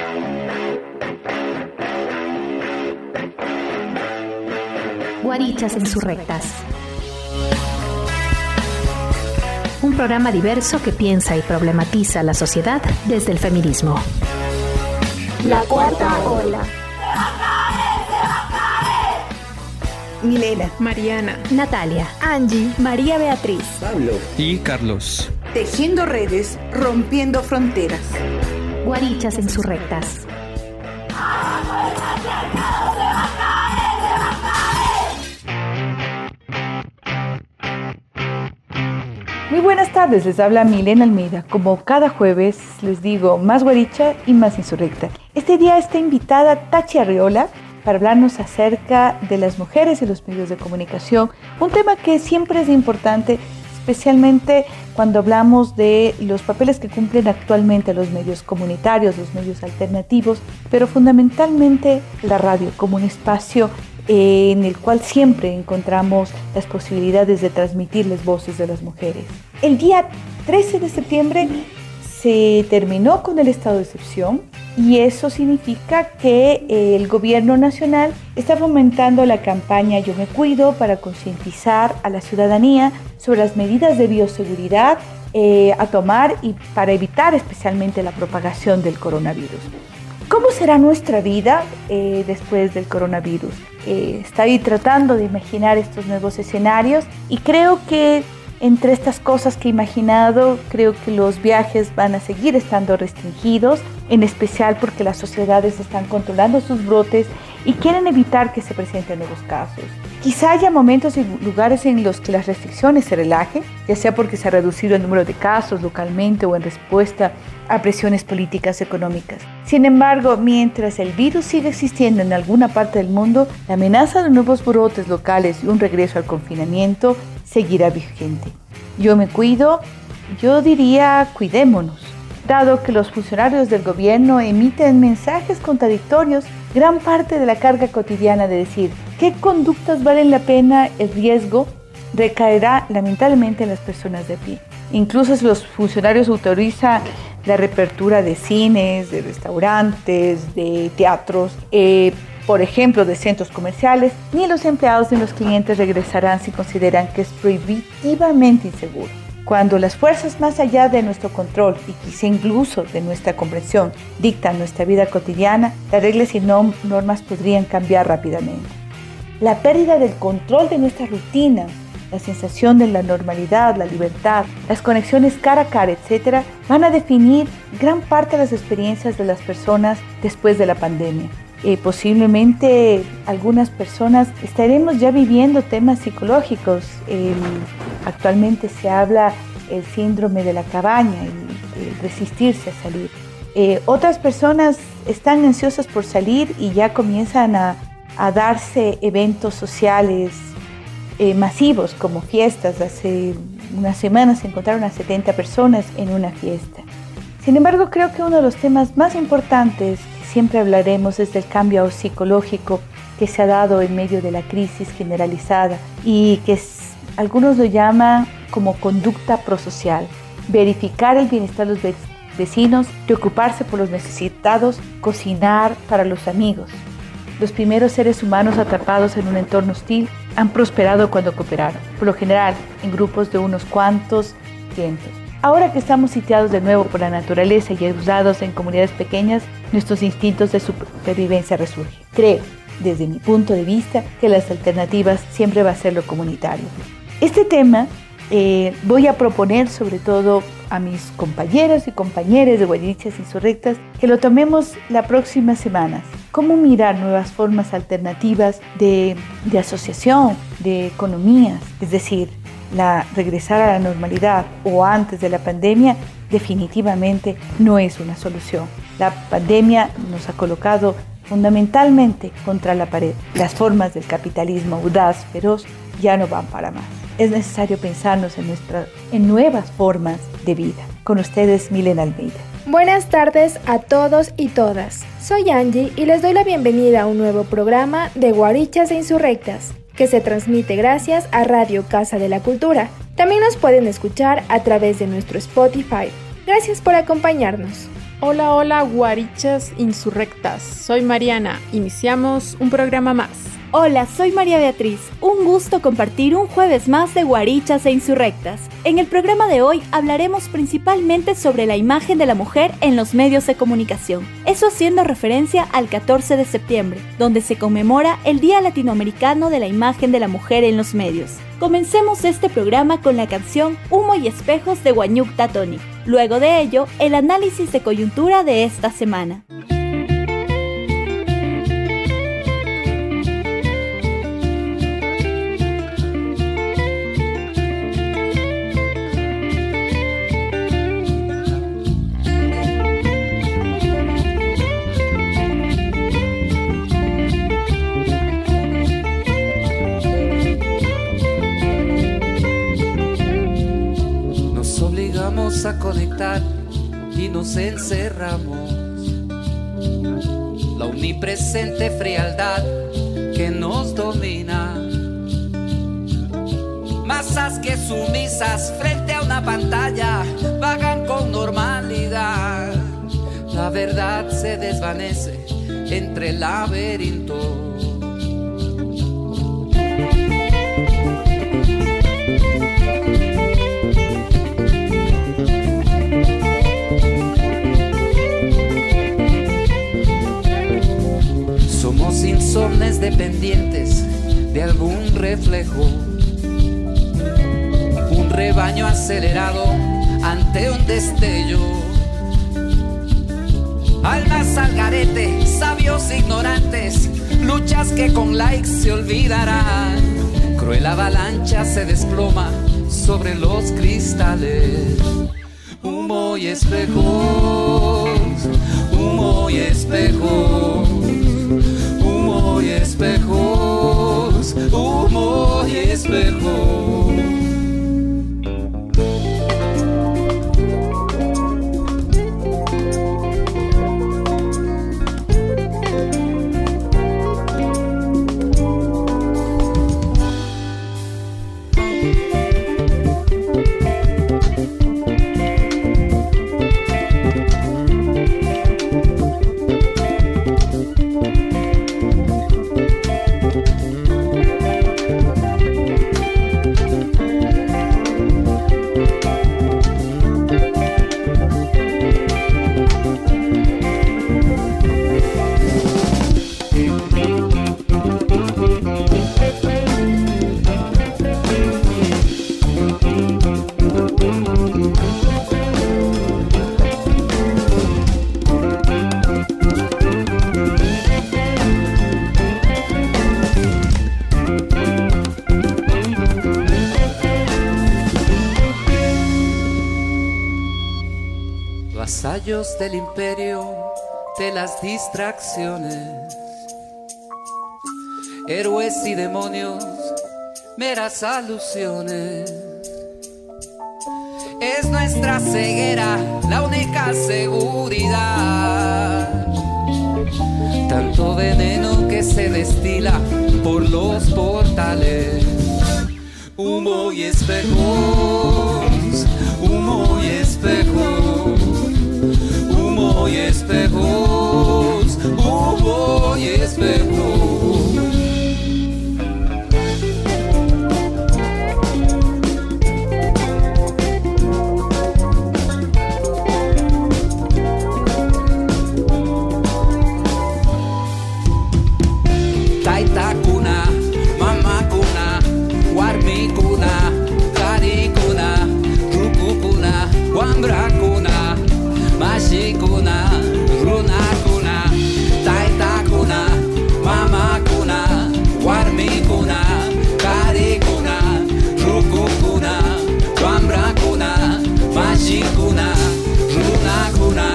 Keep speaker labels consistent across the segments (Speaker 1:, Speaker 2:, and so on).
Speaker 1: Guarichas Insurrectas. Un programa diverso que piensa y problematiza la sociedad desde el feminismo.
Speaker 2: La cuarta ola.
Speaker 3: Milena,
Speaker 4: Mariana,
Speaker 1: Natalia,
Speaker 2: Angie, María Beatriz,
Speaker 5: Pablo
Speaker 6: y Carlos.
Speaker 3: tejiendo redes, rompiendo fronteras.
Speaker 1: Guarichas Insurrectas.
Speaker 7: Muy buenas tardes, les habla Milena Almeida. Como cada jueves les digo, más guaricha y más insurrecta. Este día está invitada Tachi Arriola para hablarnos acerca de las mujeres y los medios de comunicación, un tema que siempre es importante, especialmente cuando hablamos de los papeles que cumplen actualmente los medios comunitarios, los medios alternativos, pero fundamentalmente la radio como un espacio en el cual siempre encontramos las posibilidades de transmitir las voces de las mujeres. El día 13 de septiembre se terminó con el estado de excepción y eso significa que el gobierno nacional está fomentando la campaña Yo Me Cuido para concientizar a la ciudadanía sobre las medidas de bioseguridad a tomar y para evitar especialmente la propagación del coronavirus. ¿Cómo será nuestra vida después del coronavirus? Estoy tratando de imaginar estos nuevos escenarios y creo que entre estas cosas que he imaginado, creo que los viajes van a seguir estando restringidos, en especial porque las sociedades están controlando sus brotes y quieren evitar que se presenten nuevos casos. Quizá haya momentos y lugares en los que las restricciones se relajen, ya sea porque se ha reducido el número de casos localmente o en respuesta a presiones políticas económicas. Sin embargo, mientras el virus sigue existiendo en alguna parte del mundo, la amenaza de nuevos brotes locales y un regreso al confinamiento seguirá vigente. Yo me cuido, yo diría cuidémonos. Dado que los funcionarios del gobierno emiten mensajes contradictorios, gran parte de la carga cotidiana de decir qué conductas valen la pena, el riesgo, recaerá lamentablemente en las personas de a pie. Incluso si los funcionarios autorizan la reapertura de cines, de restaurantes, de teatros, por ejemplo, de centros comerciales, ni los empleados ni los clientes regresarán si consideran que es prohibitivamente inseguro. Cuando las fuerzas más allá de nuestro control y quizá incluso de nuestra comprensión dictan nuestra vida cotidiana, las reglas y normas podrían cambiar rápidamente. La pérdida del control de nuestra rutina, la sensación de la normalidad, la libertad, las conexiones cara a cara, etc., van a definir gran parte de las experiencias de las personas después de la pandemia. Posiblemente algunas personas estaremos ya viviendo temas psicológicos. Actualmente se habla el síndrome de la cabaña, el resistirse a salir. Otras personas están ansiosas por salir y ya comienzan a darse eventos sociales masivos como fiestas. Hace unas semanas se encontraron a 70 personas en una fiesta. Sin embargo, creo que uno de los temas más importantes que siempre hablaremos es del cambio psicológico que se ha dado en medio de la crisis generalizada y que algunos lo llaman como conducta prosocial. Verificar el bienestar de los vecinos, preocuparse por los necesitados, cocinar para los amigos. Los primeros seres humanos atrapados en un entorno hostil han prosperado cuando cooperaron, por lo general en grupos de unos cuantos cientos. Ahora que estamos sitiados de nuevo por la naturaleza y ayudados en comunidades pequeñas, nuestros instintos de supervivencia resurgen. Creo, desde mi punto de vista, que las alternativas siempre va a ser lo comunitario. Este tema voy a proponer sobre todo a mis compañeros y compañeras de Guarichas Insurrectas que lo tomemos la próxima semana. Cómo mirar nuevas formas alternativas de asociación, de economías, es decir, regresar a la normalidad o antes de la pandemia definitivamente no es una solución. La pandemia nos ha colocado fundamentalmente contra la pared. Las formas del capitalismo audaz, feroz, ya no van para más. Es necesario pensarnos en nuevas formas de vida. Con ustedes, Milena Almeida.
Speaker 2: Buenas tardes a todos y todas. Soy Angie y les doy la bienvenida a un nuevo programa de Guarichas e Insurrectas, que se transmite gracias a Radio Casa de la Cultura. También nos pueden escuchar a través de nuestro Spotify. Gracias por acompañarnos.
Speaker 4: Hola, hola, guarichas insurrectas. Soy Mariana. Iniciamos un programa más.
Speaker 5: Hola, soy María Beatriz. Un gusto compartir un jueves más de Guarichas e Insurrectas. En el programa de hoy hablaremos principalmente sobre la imagen de la mujer en los medios de comunicación. Eso haciendo referencia al 14 de septiembre, donde se conmemora el Día Latinoamericano de la Imagen de la Mujer en los Medios. Comencemos este programa con la canción Humo y Espejos de Guanyuk Tatoni. Luego de ello, el análisis de coyuntura de esta semana.
Speaker 6: A conectar y nos encerramos. La omnipresente frialdad que nos domina. Masas que sumisas frente a una pantalla vagan con normalidad. La verdad se desvanece entre el laberinto. Insomnes dependientes de algún reflejo, un rebaño acelerado ante un destello. Almas al garete, sabios ignorantes, luchas que con likes se olvidarán. Cruel avalancha se desploma sobre los cristales. Humo y espejos, humo y espejos. Humo y espejos, humo y espejos. Vasallos del imperio de las distracciones, héroes y demonios, meras alusiones. Es nuestra ceguera la única seguridad. Tanto veneno que se destila por los portales. Humo y espejos, humo y espejos. Humo y espejos, humo y espejos. Taita kuna, mama kuna, warmi kuna, kari kuna, ruku kuna, wambra kuna, mashi kuna, runa kuna, taita kuna, mama kuna, warmi kuna, kari kuna, ruku kuna, wambra kuna, mashi kuna, runa kuna.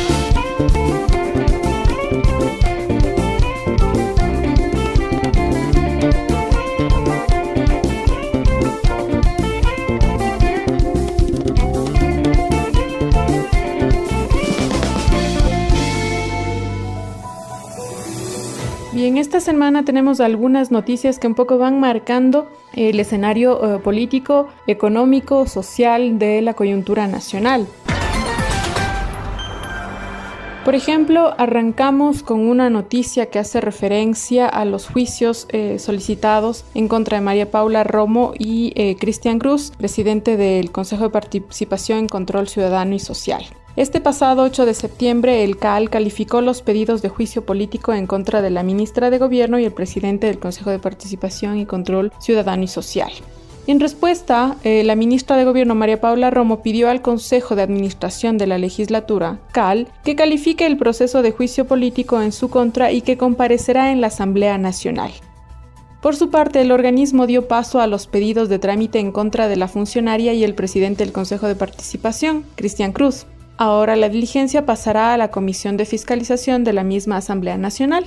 Speaker 4: Bien, esta semana tenemos algunas noticias que un poco van marcando el escenario político, económico, social de la coyuntura nacional. Por ejemplo, arrancamos con una noticia que hace referencia a los juicios solicitados en contra de María Paula Romo y Cristian Cruz, presidente del Consejo de Participación en Control Ciudadano y Social. Este pasado 8 de septiembre, el CAL calificó los pedidos de juicio político en contra de la ministra de Gobierno y el presidente del Consejo de Participación y Control Ciudadano y Social. En respuesta, la ministra de Gobierno, María Paula Romo, pidió al Consejo de Administración de la Legislatura, CAL, que califique el proceso de juicio político en su contra y que comparecerá en la Asamblea Nacional. Por su parte, el organismo dio paso a los pedidos de trámite en contra de la funcionaria y el presidente del Consejo de Participación, Cristian Cruz. Ahora la diligencia pasará a la Comisión de Fiscalización de la misma Asamblea Nacional.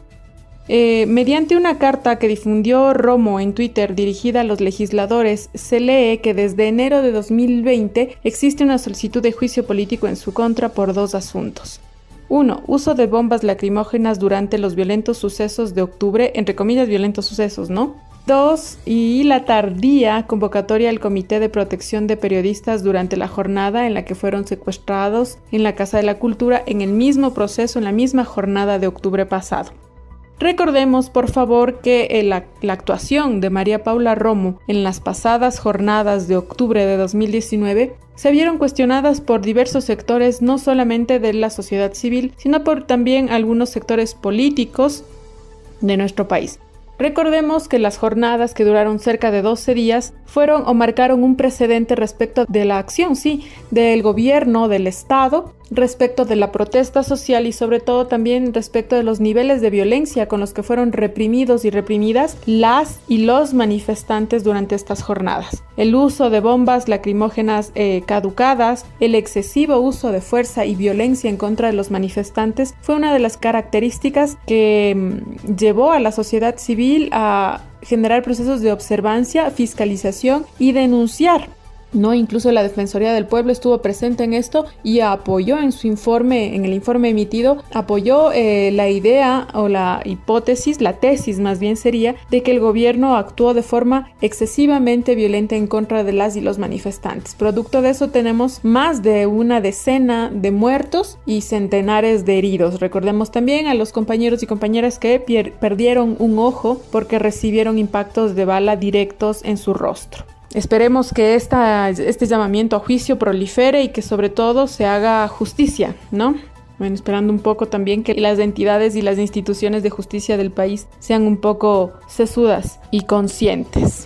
Speaker 4: Mediante una carta que difundió Romo en Twitter dirigida a los legisladores, se lee que desde enero de 2020 existe una solicitud de juicio político en su contra por 2 asuntos. 1. Uso de bombas lacrimógenas durante los violentos sucesos de octubre, entre comillas violentos sucesos, ¿no? 2. Y la tardía convocatoria al Comité de Protección de Periodistas durante la jornada en la que fueron secuestrados en la Casa de la Cultura en el mismo proceso, en la misma jornada de octubre pasado. Recordemos, por favor, que la actuación de María Paula Romo en las pasadas jornadas de octubre de 2019 se vieron cuestionadas por diversos sectores, no solamente de la sociedad civil, sino por también algunos sectores políticos de nuestro país. Recordemos que las jornadas, que duraron cerca de 12 días, fueron o marcaron un precedente respecto de la acción, del gobierno, del Estado, respecto de la protesta social y sobre todo también respecto de los niveles de violencia con los que fueron reprimidos y reprimidas las y los manifestantes durante estas jornadas. El uso de bombas lacrimógenas caducadas, el excesivo uso de fuerza y violencia en contra de los manifestantes fue una de las características que llevó a la sociedad civil a generar procesos de observancia, fiscalización y denunciar. Incluso la Defensoría del Pueblo estuvo presente en esto y apoyó en su informe, en el informe emitido, apoyó la idea o la hipótesis, la tesis más bien sería, de que el gobierno actuó de forma excesivamente violenta en contra de las y los manifestantes. Producto de eso tenemos más de una decena de muertos y centenares de heridos. Recordemos también a los compañeros y compañeras que perdieron un ojo porque recibieron impactos de bala directos en su rostro. Esperemos que este llamamiento a juicio prolifere y que sobre todo se haga justicia, ¿no? Bueno, esperando un poco también que las entidades y las instituciones de justicia del país sean un poco sesudas y conscientes.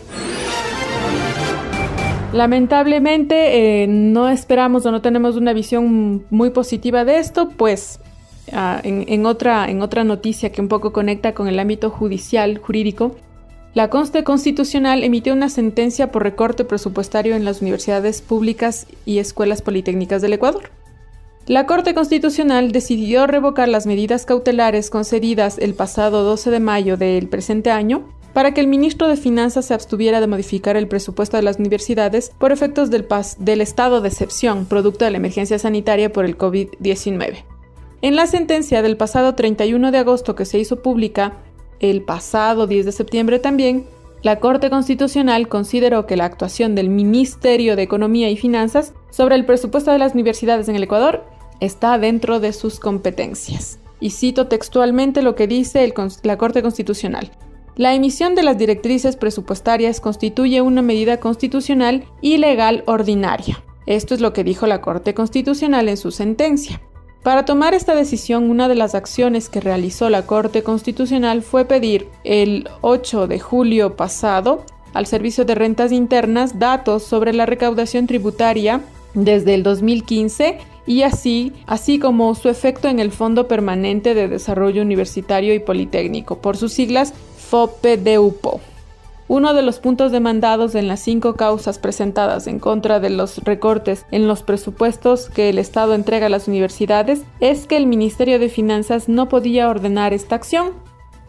Speaker 4: Lamentablemente no esperamos o no tenemos una visión muy positiva de esto, pues en otra noticia que un poco conecta con el ámbito jurídico, la Corte Constitucional emitió una sentencia por recorte presupuestario en las universidades públicas y escuelas politécnicas del Ecuador. La Corte Constitucional decidió revocar las medidas cautelares concedidas el pasado 12 de mayo del presente año para que el ministro de Finanzas se abstuviera de modificar el presupuesto de las universidades por efectos del estado de excepción, producto de la emergencia sanitaria por el COVID-19. En la sentencia del pasado 31 de agosto que se hizo pública, el pasado 10 de septiembre también, la Corte Constitucional consideró que la actuación del Ministerio de Economía y Finanzas sobre el presupuesto de las universidades en el Ecuador está dentro de sus competencias. Y cito textualmente lo que dice la Corte Constitucional. La emisión de las directrices presupuestarias constituye una medida constitucional y legal ordinaria. Esto es lo que dijo la Corte Constitucional en su sentencia. Para tomar esta decisión, una de las acciones que realizó la Corte Constitucional fue pedir el 8 de julio pasado al Servicio de Rentas Internas datos sobre la recaudación tributaria desde el 2015 y así como su efecto en el Fondo Permanente de Desarrollo Universitario y Politécnico, por sus siglas FOPDUPO. Uno de los puntos demandados en las 5 causas presentadas en contra de los recortes en los presupuestos que el Estado entrega a las universidades es que el Ministerio de Finanzas no podía ordenar esta acción.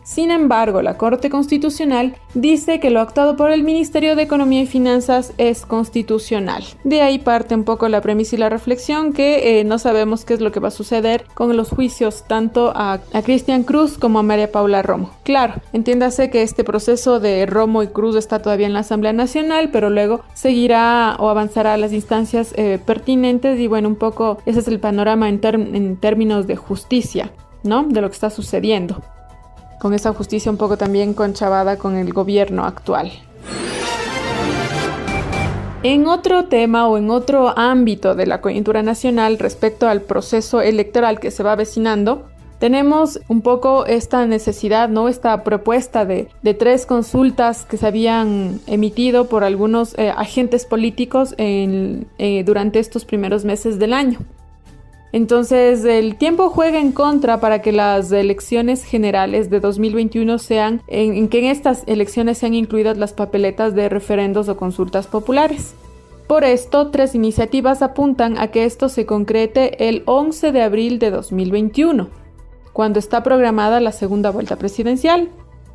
Speaker 4: Sin embargo, la Corte Constitucional dice que lo actuado por el Ministerio de Economía y Finanzas es constitucional. De ahí parte un poco la premisa y la reflexión que no sabemos qué es lo que va a suceder con los juicios tanto a Cristian Cruz como a María Paula Romo. Claro, entiéndase que este proceso de Romo y Cruz está todavía en la Asamblea Nacional, pero luego seguirá o avanzará a las instancias pertinentes y bueno, un poco ese es el panorama en términos de justicia, ¿no? De lo que está sucediendo. Con esa justicia un poco también conchavada con el gobierno actual. En otro tema o en otro ámbito de la coyuntura nacional respecto al proceso electoral que se va avecinando, tenemos un poco esta necesidad, ¿no? Esta propuesta de 3 consultas que se habían emitido por algunos agentes políticos durante estos primeros meses del año. Entonces, el tiempo juega en contra para que las elecciones generales de 2021 en estas elecciones sean incluidas las papeletas de referendos o consultas populares. Por esto, 3 iniciativas apuntan a que esto se concrete el 11 de abril de 2021, cuando está programada la segunda vuelta presidencial.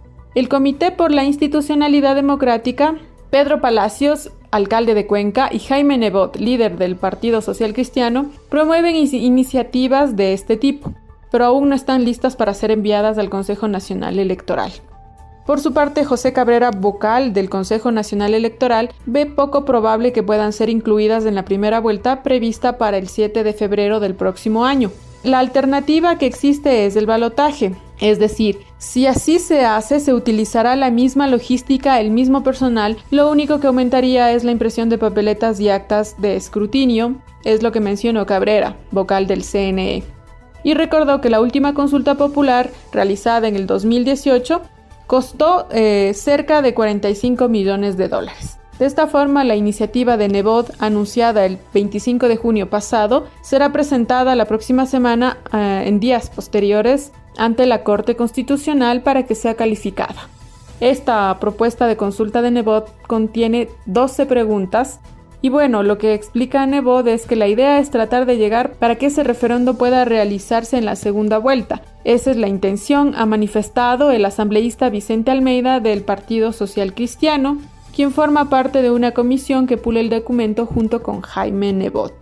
Speaker 4: El Comité por la Institucionalidad Democrática, Pedro Palacios, alcalde de Cuenca, y Jaime Nebot, líder del Partido Social Cristiano, promueven iniciativas de este tipo, pero aún no están listas para ser enviadas al Consejo Nacional Electoral. Por su parte, José Cabrera, vocal del Consejo Nacional Electoral, ve poco probable que puedan ser incluidas en la primera vuelta prevista para el 7 de febrero del próximo año. La alternativa que existe es el balotaje, es decir, si así se hace, se utilizará la misma logística, el mismo personal, lo único que aumentaría es la impresión de papeletas y actas de escrutinio, es lo que mencionó Cabrera, vocal del CNE. Y recordó que la última consulta popular, realizada en el 2018, costó cerca de $45 millones. De esta forma, la iniciativa de Nebot, anunciada el 25 de junio pasado, será presentada la próxima semana en días posteriores ante la Corte Constitucional para que sea calificada. Esta propuesta de consulta de Nebot contiene 12 preguntas y bueno, lo que explica Nebot es que la idea es tratar de llegar para que ese referendo pueda realizarse en la segunda vuelta. Esa es la intención, ha manifestado el asambleísta Vicente Almeida del Partido Social Cristiano, quien forma parte de una comisión que pule el documento junto con Jaime Nebot.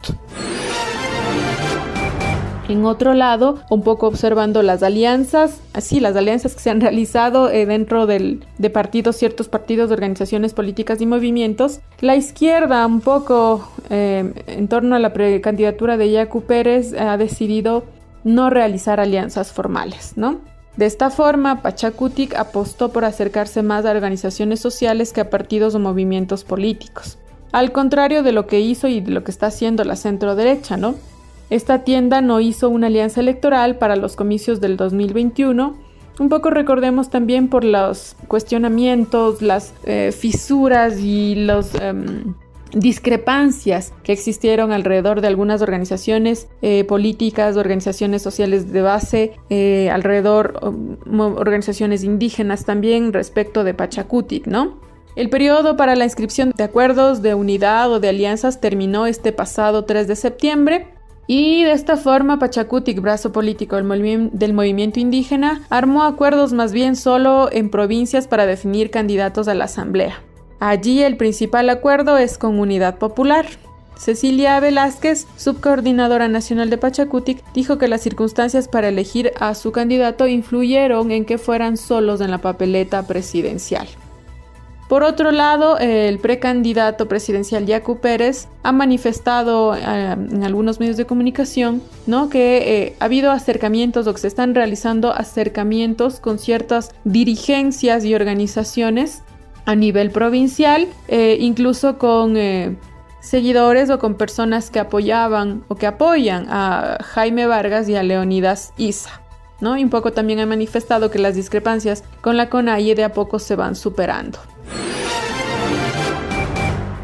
Speaker 4: En otro lado, un poco observando las alianzas que se han realizado dentro de ciertos partidos, organizaciones políticas y movimientos, la izquierda un poco en torno a la precandidatura de Yacu Pérez ha decidido no realizar alianzas formales, ¿no? De esta forma, Pachacutic apostó por acercarse más a organizaciones sociales que a partidos o movimientos políticos, al contrario de lo que hizo y de lo que está haciendo la centro-derecha, ¿no? Esta tienda no hizo una alianza electoral para los comicios del 2021. Un poco recordemos también por los cuestionamientos, las fisuras y las discrepancias que existieron alrededor de algunas organizaciones políticas, organizaciones sociales de base, organizaciones indígenas también respecto de Pachacutic, ¿no? El periodo para la inscripción de acuerdos de unidad o de alianzas terminó este pasado 3 de septiembre. Y de esta forma, Pachacutic, brazo político del movimiento indígena, armó acuerdos más bien solo en provincias para definir candidatos a la asamblea. Allí el principal acuerdo es con Unidad Popular. Cecilia Velázquez, subcoordinadora nacional de Pachacutic, dijo que las circunstancias para elegir a su candidato influyeron en que fueran solos en la papeleta presidencial. Por otro lado, el precandidato presidencial Yacu Pérez ha manifestado en algunos medios de comunicación, ¿no?, que ha habido acercamientos o que se están realizando acercamientos con ciertas dirigencias y organizaciones a nivel provincial, incluso con seguidores o con personas que apoyaban o que apoyan a Jaime Vargas y a Leonidas Issa, ¿no? Y un poco también ha manifestado que las discrepancias con la CONAIE de a poco se van superando.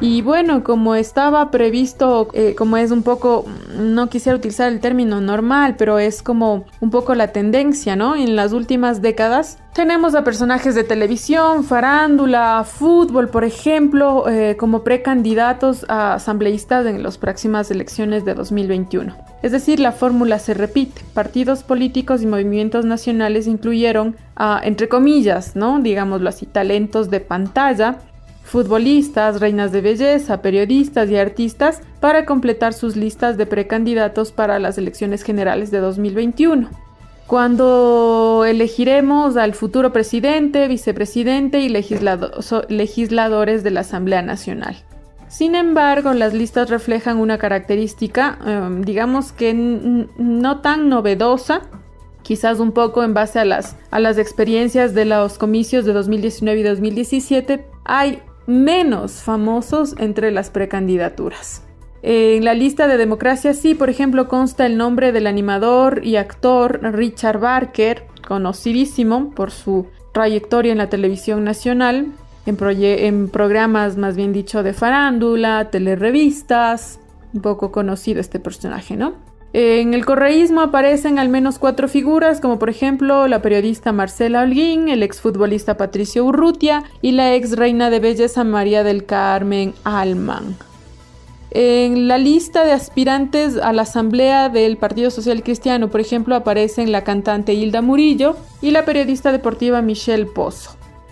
Speaker 4: Y bueno, como estaba previsto, como es un poco, no quisiera utilizar el término normal, pero es como un poco la tendencia, ¿no? En las últimas décadas tenemos a personajes de televisión, farándula, fútbol, por ejemplo, como precandidatos a asambleístas en las próximas elecciones de 2021. Es decir, la fórmula se repite. Partidos políticos y movimientos nacionales incluyeron entre comillas, ¿no? Digámoslo así, talentos de pantalla, futbolistas, reinas de belleza, periodistas y artistas para completar sus listas de precandidatos para las elecciones generales de 2021. Cuando elegiremos al futuro presidente, vicepresidente y legisladores de la Asamblea Nacional. Sin embargo, las listas reflejan una característica, digamos que no tan novedosa, quizás un poco en base a las experiencias de los comicios de 2019 y 2017, hay menos famosos entre las precandidaturas. En la lista de Democracia Sí, por ejemplo, consta el nombre del animador y actor Richard Barker, conocidísimo por su trayectoria en la televisión nacional, en programas más bien dicho de farándula, telerevistas, un poco conocido este personaje, ¿no? En el correísmo aparecen al menos 4 figuras, como por ejemplo la periodista Marcela Holguín, el exfutbolista Patricio Urrutia y la ex reina de belleza María del Carmen Alman. En la lista de aspirantes a la asamblea del Partido Social Cristiano, por ejemplo, aparecen la cantante Hilda Murillo y la periodista deportiva Michelle Pozo.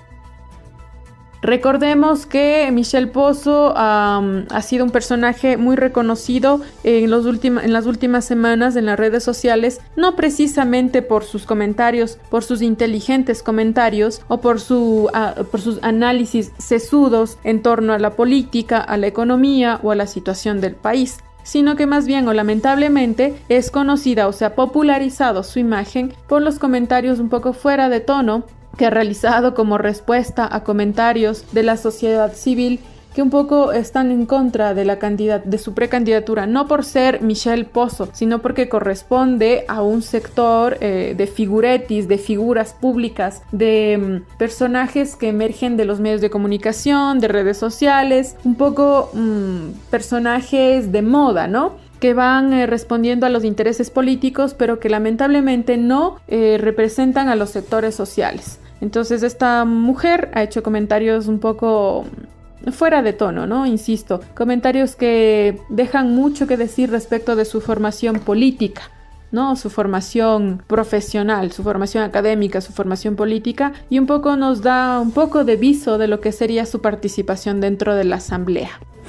Speaker 4: Recordemos que Michelle Pozo ha sido un personaje muy reconocido en las últimas semanas en las redes sociales, no precisamente por sus comentarios, por sus inteligentes comentarios o por sus análisis sesudos en torno a la política, a la economía o a la situación del país, sino que más bien o lamentablemente es conocida o se ha popularizado su imagen por los comentarios un poco fuera de tono que ha realizado como respuesta a comentarios de la sociedad civil que un poco están en contra de su precandidatura, no por ser Michelle Pozo, sino porque corresponde a un sector de figuretis, de figuras públicas, de personajes que emergen de los medios de comunicación, de redes sociales, un poco personajes de moda, ¿no? Que van respondiendo a los intereses políticos, pero que lamentablemente no representan a los sectores sociales. Entonces esta mujer ha hecho comentarios un poco fuera de tono, ¿no? Insisto, comentarios que dejan mucho que decir respecto de su formación política, ¿no? Su formación profesional, su formación académica, su formación política, y un poco nos da un poco de viso de lo que sería su participación dentro de la asamblea.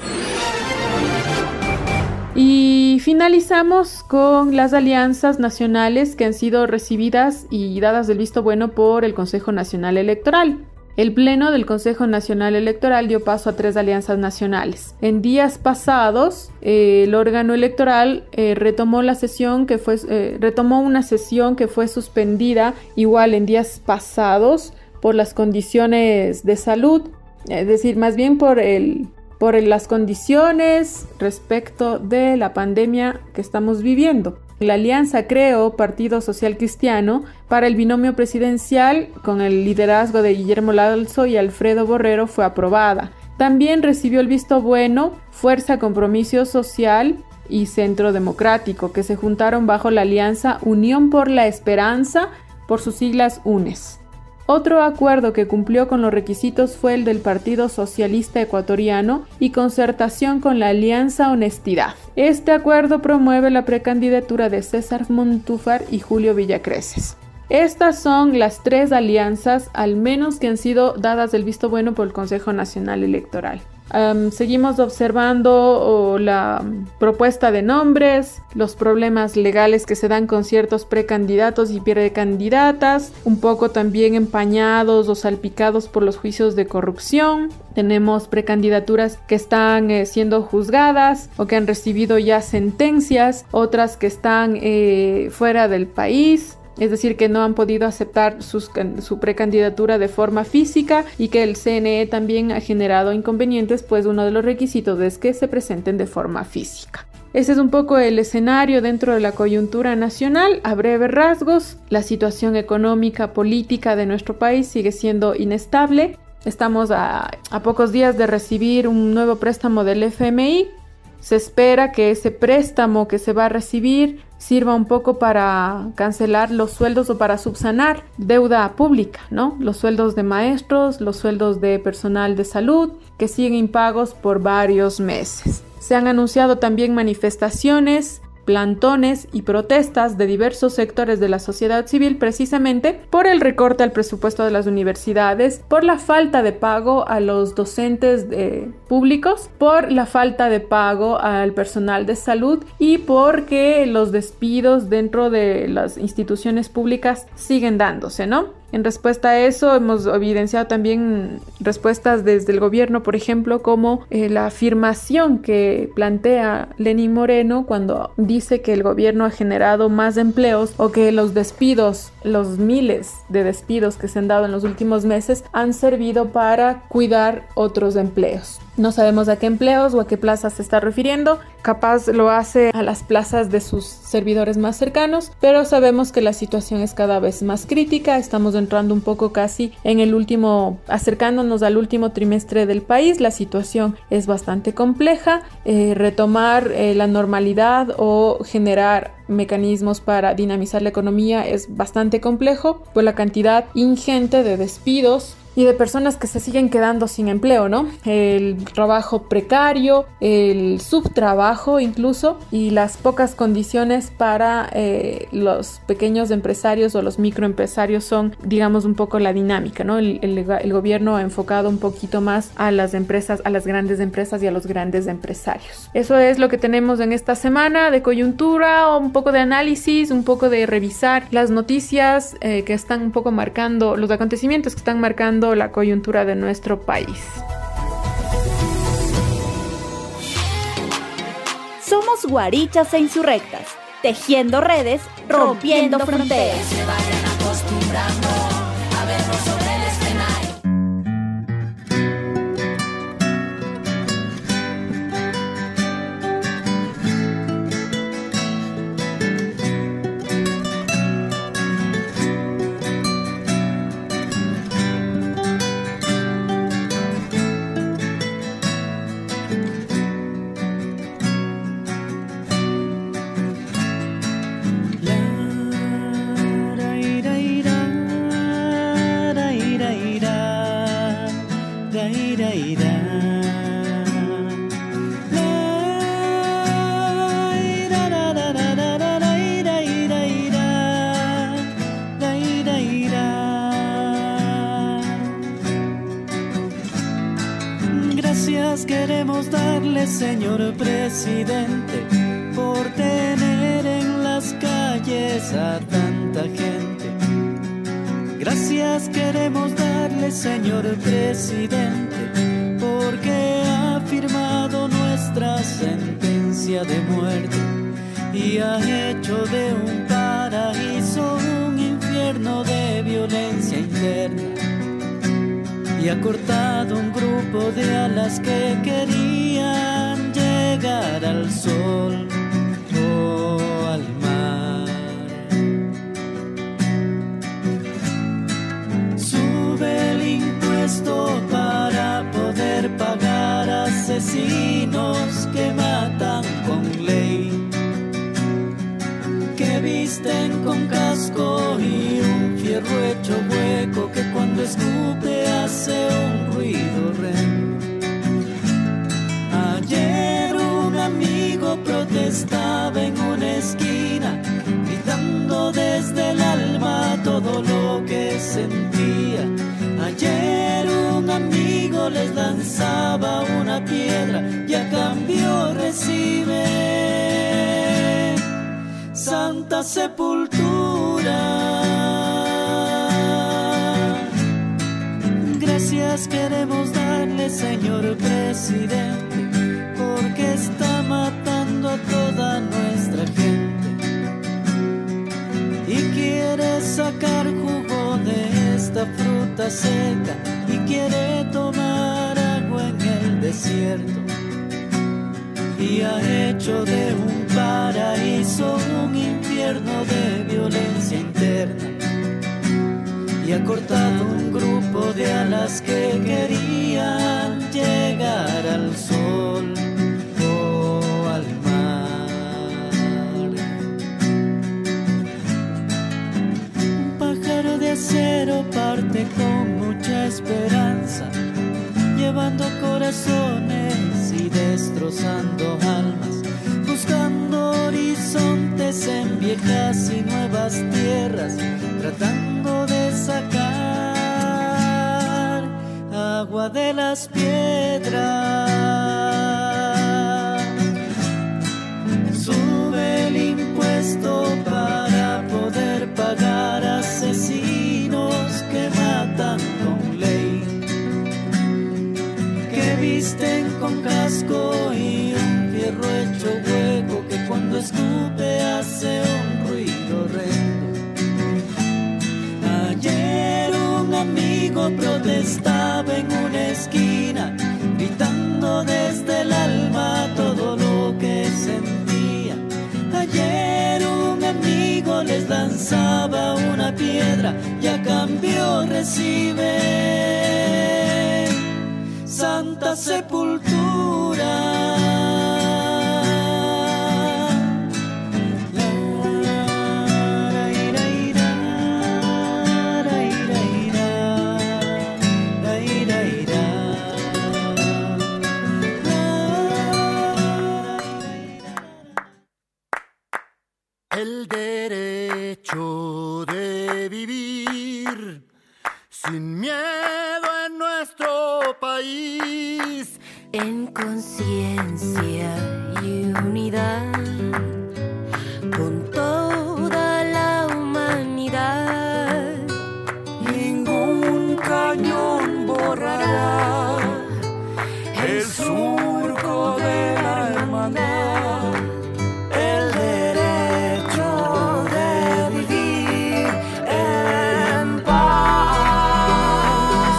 Speaker 4: Y finalizamos con las alianzas nacionales que han sido recibidas y dadas el visto bueno por el Consejo Nacional Electoral. El Pleno del Consejo Nacional Electoral dio paso a 3 alianzas nacionales. En días pasados, el órgano electoral retomó una sesión que fue suspendida igual en días pasados por las condiciones de salud, es decir, más bien por las condiciones respecto de la pandemia que estamos viviendo. La alianza creó Partido Social Cristiano para el binomio presidencial con el liderazgo de Guillermo Lazo y Alfredo Borrero fue aprobada. También recibió el visto bueno Fuerza Compromiso Social y Centro Democrático, que se juntaron bajo la alianza Unión por la Esperanza, por sus siglas UNES. Otro acuerdo que cumplió con los requisitos fue el del Partido Socialista Ecuatoriano y concertación con la Alianza Honestidad. Este acuerdo promueve la precandidatura de César Montúfar y Julio Villacreces. Estas son las 3 alianzas, al menos que han sido dadas el visto bueno por el Consejo Nacional Electoral. Seguimos observando la propuesta de nombres, los problemas legales que se dan con ciertos precandidatos y precandidatas, un poco también empañados o salpicados por los juicios de corrupción. Tenemos precandidaturas que están siendo juzgadas o que han recibido ya sentencias, otras que están fuera del país. Es decir, que no han podido aceptar su precandidatura de forma física y que el CNE también ha generado inconvenientes, pues uno de los requisitos es que se presenten de forma física. Ese es un poco el escenario dentro de la coyuntura nacional. A breves rasgos, la situación económica, política de nuestro país sigue siendo inestable. Estamos a pocos días de recibir un nuevo préstamo del FMI. Se espera que ese préstamo que se va a recibir sirva un poco para cancelar los sueldos o para subsanar deuda pública, ¿no? Los sueldos de maestros, los sueldos de personal de salud que siguen impagos por varios meses. Se han anunciado también manifestaciones, plantones y protestas de diversos sectores de la sociedad civil precisamente por el recorte al presupuesto de las universidades, por la falta de pago a los docentes públicos, por la falta de pago al personal de salud y porque los despidos dentro de las instituciones públicas siguen dándose, ¿no? En respuesta a eso hemos evidenciado también respuestas desde el gobierno, por ejemplo, como la afirmación que plantea Lenín Moreno cuando dice que el gobierno ha generado más empleos o que los despidos, los miles de despidos que se han dado en los últimos meses han servido para cuidar otros empleos. No sabemos a qué empleos o a qué plazas se está refiriendo. Capaz lo hace a las plazas de sus servidores más cercanos, pero sabemos que la situación es cada vez más crítica. Estamos entrando un poco casi en el último, acercándonos al último trimestre del país. La situación es bastante compleja. Retomar la normalidad o generar mecanismos para dinamizar la economía es bastante complejo por la cantidad ingente de despidos y de personas que se siguen quedando sin empleo, ¿no? El trabajo precario, el subtrabajo incluso, y las pocas condiciones para los pequeños empresarios o los microempresarios son, digamos, un poco la dinámica, ¿no? El gobierno ha enfocado un poquito más a las empresas, a las grandes empresas y a los grandes empresarios. Eso es lo que tenemos en esta semana de coyuntura, un poco de análisis, un poco de revisar las noticias que están un poco marcando, los acontecimientos que están marcando la coyuntura de nuestro país.
Speaker 5: Somos Guarichas e Insurrectas, tejiendo redes, rompiendo fronteras.
Speaker 8: Que se vayan acostumbrando a vernos sobre el escenario.
Speaker 9: Gracias queremos darle, señor presidente, por tener en las calles a tanta gente. Gracias queremos darle, señor presidente, porque ha firmado nuestra sentencia de muerte y ha hecho de un paraíso un infierno de violencia interna. Y ha cortado un grupo de alas que querían llegar al sol o al mar. Sube el impuesto para poder pagar asesinos que matan con ley, que visten con casco y un fierro hecho hueco que cuando escupe hace un ruido horrendo. Ayer un amigo protestaba en una esquina, gritando desde el alma todo lo que sentía. Ayer un amigo les lanzaba una piedra y a cambio recibe Santa Sepultura. Gracias queremos darle, señor presidente, porque está matando a toda nuestra gente y quiere sacar jugo de esta fruta seca y quiere tomar agua en el desierto. Y ha hecho de un paraíso un infierno de violencia interna. Y había cortado un grupo de alas que querían llegar al sol o al mar. Un pájaro de acero parte con mucha esperanza, llevando corazones y destrozando almas, buscando horizontes en viejas y nuevas tierras, tratando de sacar agua de las piedras. Sube el impuesto para poder pagar asesinos que matan con ley, que visten con casco y un fierro hecho hueco, que cuando escupe hace un ruido horrendo. Ayer un amigo protestaba en una esquina, gritando desde el alma todo lo que sentía. Ayer un amigo les lanzaba una piedra y a cambio recibe Santa Sepultura.
Speaker 10: El derecho de vivir sin miedo en nuestro país,
Speaker 11: en conciencia y unidad, con toda la humanidad.
Speaker 12: Ningún cañón borrará el surco de la hermandad. El derecho de vivir en paz,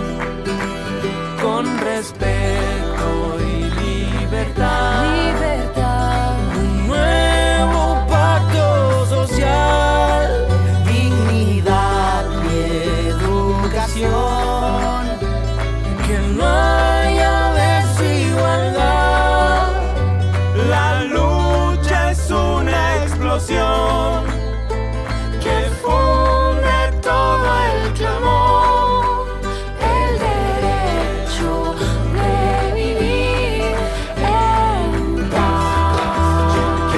Speaker 12: con respeto y libertad. Un nuevo pacto social, dignidad y educación, que no haya desigualdad. La lucha es una explosión que funde todo el clamor. El derecho de vivir en paz.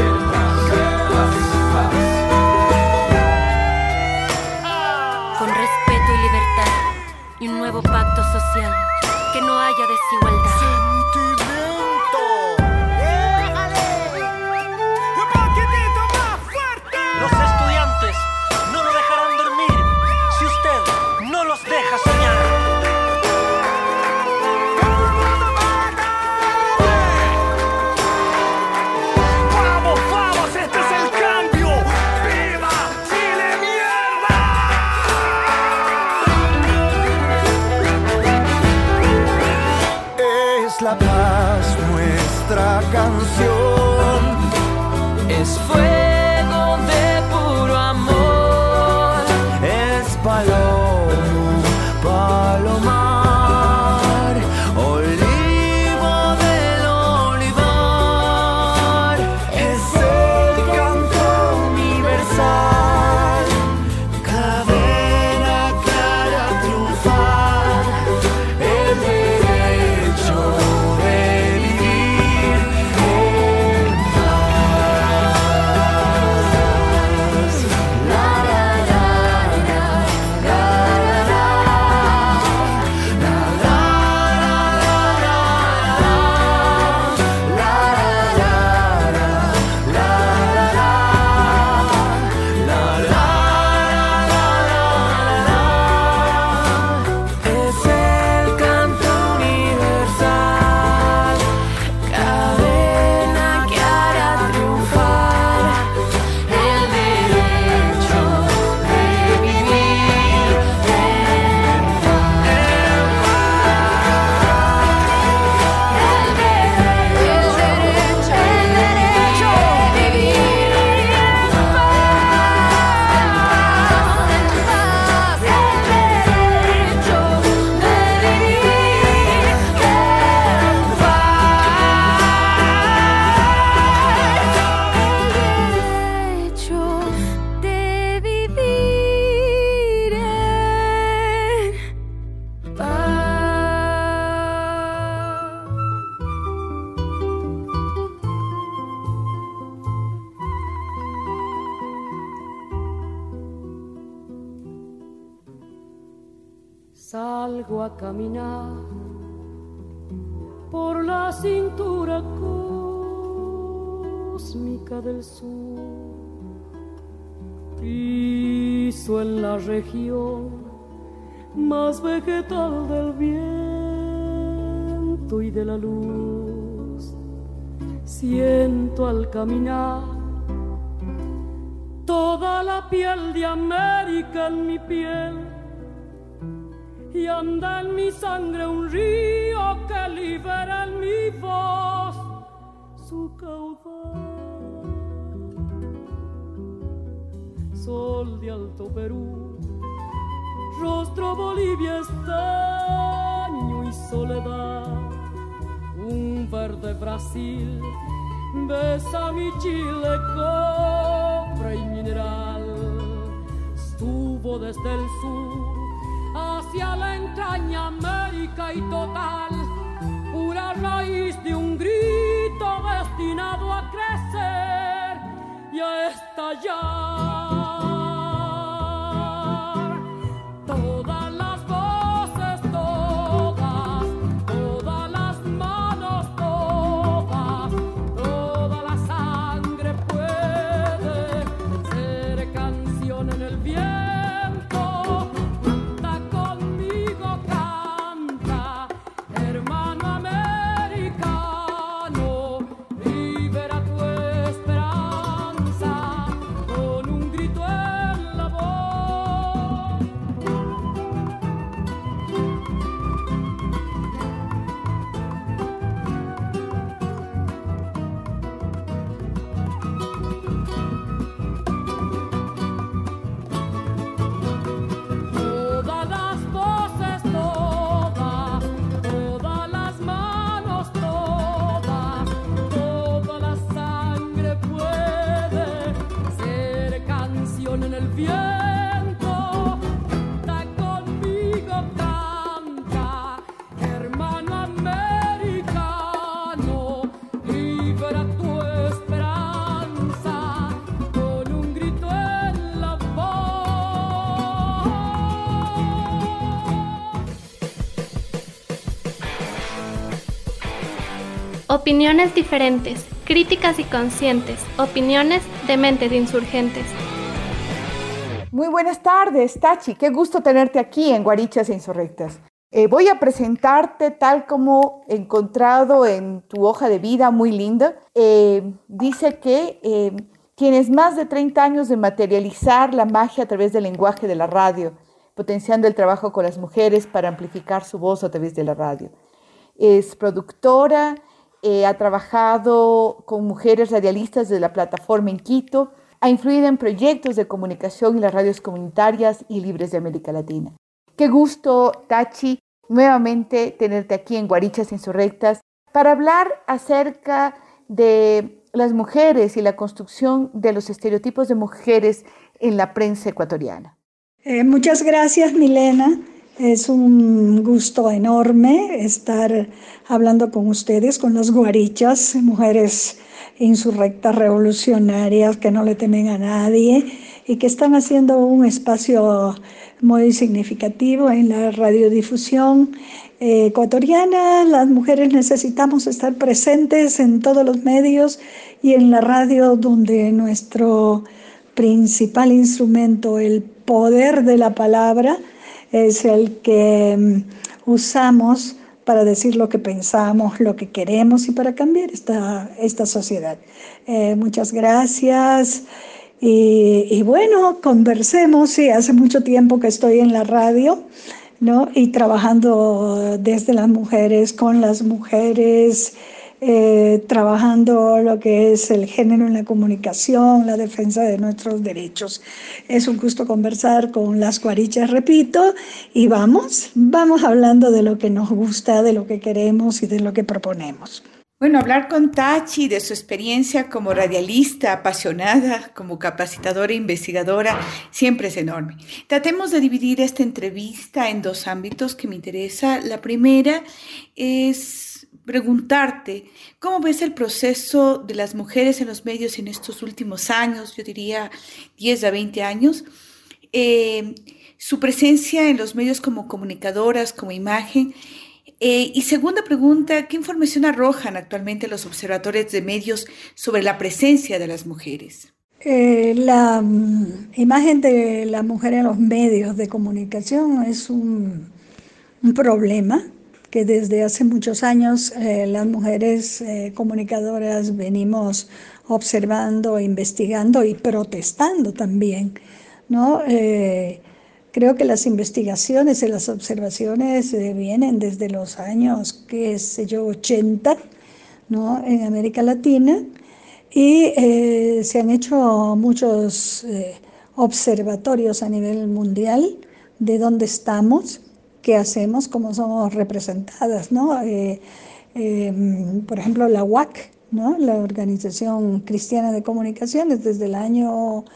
Speaker 11: Con respeto y libertad y un nuevo pacto social, que no haya desigualdad.
Speaker 12: Los estudiantes no lo dejarán dormir si usted no los deja soñar. ¡Vamos, vamos! ¡Este es el cambio! ¡Viva Chile, mierda!
Speaker 10: es la paz nuestra canción,
Speaker 12: Es fuego de puro amor.
Speaker 10: es palomo, palomar, olivo del olivar, es el canto universal, cadena clara triunfal, el derecho de vivir en paz.
Speaker 13: Salgo a caminar por la cintura cósmica del sur, piso en la región más vegetal del viento y de la luz. Siento al caminar toda la piel de América en mi piel, y anda en mi sangre un río que libera en mi voz su caudal. Sol de Alto Perú, rostro Bolivia, estaño y soledad. Un verde Brasil besa mi Chile, cobre y mineral. Subo desde el sur hacia la entraña América y total, pura raíz de un grito destinado a crecer y a estallar. Todas las voces, todas las manos, toda la sangre puede ser canción en el viento.
Speaker 14: Opiniones diferentes, críticas y conscientes, opiniones de mentes insurgentes.
Speaker 7: Muy buenas tardes, Tachi. Qué gusto tenerte aquí en Guarichas e Insurrectas. Voy a presentarte tal como he encontrado en tu hoja de vida, muy linda. Dice que tienes más de 30 años de materializar la magia a través del lenguaje de la radio, potenciando el trabajo con las mujeres para amplificar su voz a través de la radio. Es productora, ha trabajado con mujeres radialistas de la plataforma en Quito, ha influido en proyectos de comunicación y las radios comunitarias y libres de América Latina. Qué gusto, Tachi, nuevamente tenerte aquí en Guarichas Insurrectas para hablar acerca de las mujeres y la construcción de los estereotipos de mujeres en la prensa ecuatoriana.
Speaker 15: Muchas gracias, Milena. Es un gusto enorme estar hablando con ustedes, con las guarichas, mujeres insurrectas, revolucionarias, que no le temen a nadie y que están haciendo un espacio muy significativo en la radiodifusión ecuatoriana. Las mujeres necesitamos estar presentes en todos los medios y en la radio, donde nuestro principal instrumento, el poder de la palabra, es el que usamos para decir lo que pensamos, lo que queremos y para cambiar esta sociedad. Muchas gracias. Y bueno, conversemos. Sí, hace mucho tiempo que estoy en la radio, ¿no? Y trabajando desde las mujeres, con las mujeres, trabajando lo que es el género en la comunicación, la defensa de nuestros derechos. Es un gusto conversar con las guarichas, repito, y vamos hablando de lo que nos gusta, de lo que queremos y de lo que proponemos.
Speaker 7: Bueno, hablar con Tachi de su experiencia como radialista, apasionada, como capacitadora e investigadora, siempre es enorme. Tratemos de dividir esta entrevista en dos ámbitos que me interesa. La primera es preguntarte, ¿cómo ves el proceso de las mujeres en los medios en estos últimos años, yo diría 10 a 20 años,
Speaker 3: su presencia en los medios como comunicadoras, como imagen. Y segunda pregunta, ¿qué información arrojan actualmente los observatorios de medios sobre la presencia de las mujeres?
Speaker 15: La imagen de la mujer en los medios de comunicación es un problema que desde hace muchos años las mujeres comunicadoras venimos observando, investigando y protestando también, ¿no? Creo que las investigaciones y las observaciones vienen desde los años, qué sé yo, 80, ¿no? En América Latina. Y se han hecho muchos observatorios a nivel mundial de dónde estamos, qué hacemos, cómo somos representadas, ¿no? Por ejemplo, la UAC, ¿no? La Organización Cristiana de Comunicaciones, desde el año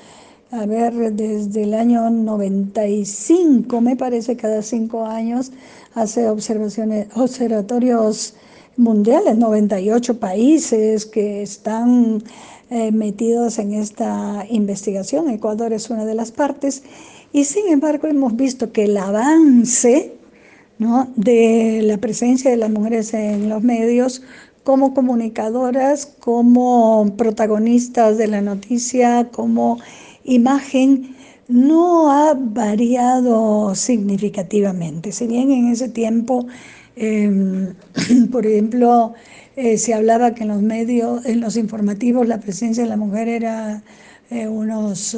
Speaker 15: 95, me parece, cada 5 años hace observatorios mundiales, 98 países que están metidos en esta investigación. Ecuador es una de las partes y sin embargo hemos visto que el avance, ¿no?, de la presencia de las mujeres en los medios como comunicadoras, como protagonistas de la noticia, como imagen, no ha variado significativamente. Si bien en ese tiempo por ejemplo, se hablaba que en los medios, en los informativos, la presencia de la mujer era unos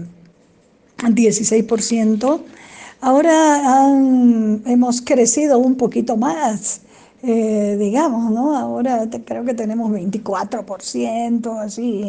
Speaker 15: 16%. Ahora hemos crecido un poquito más, digamos, ¿no? Ahora creo que tenemos 24% así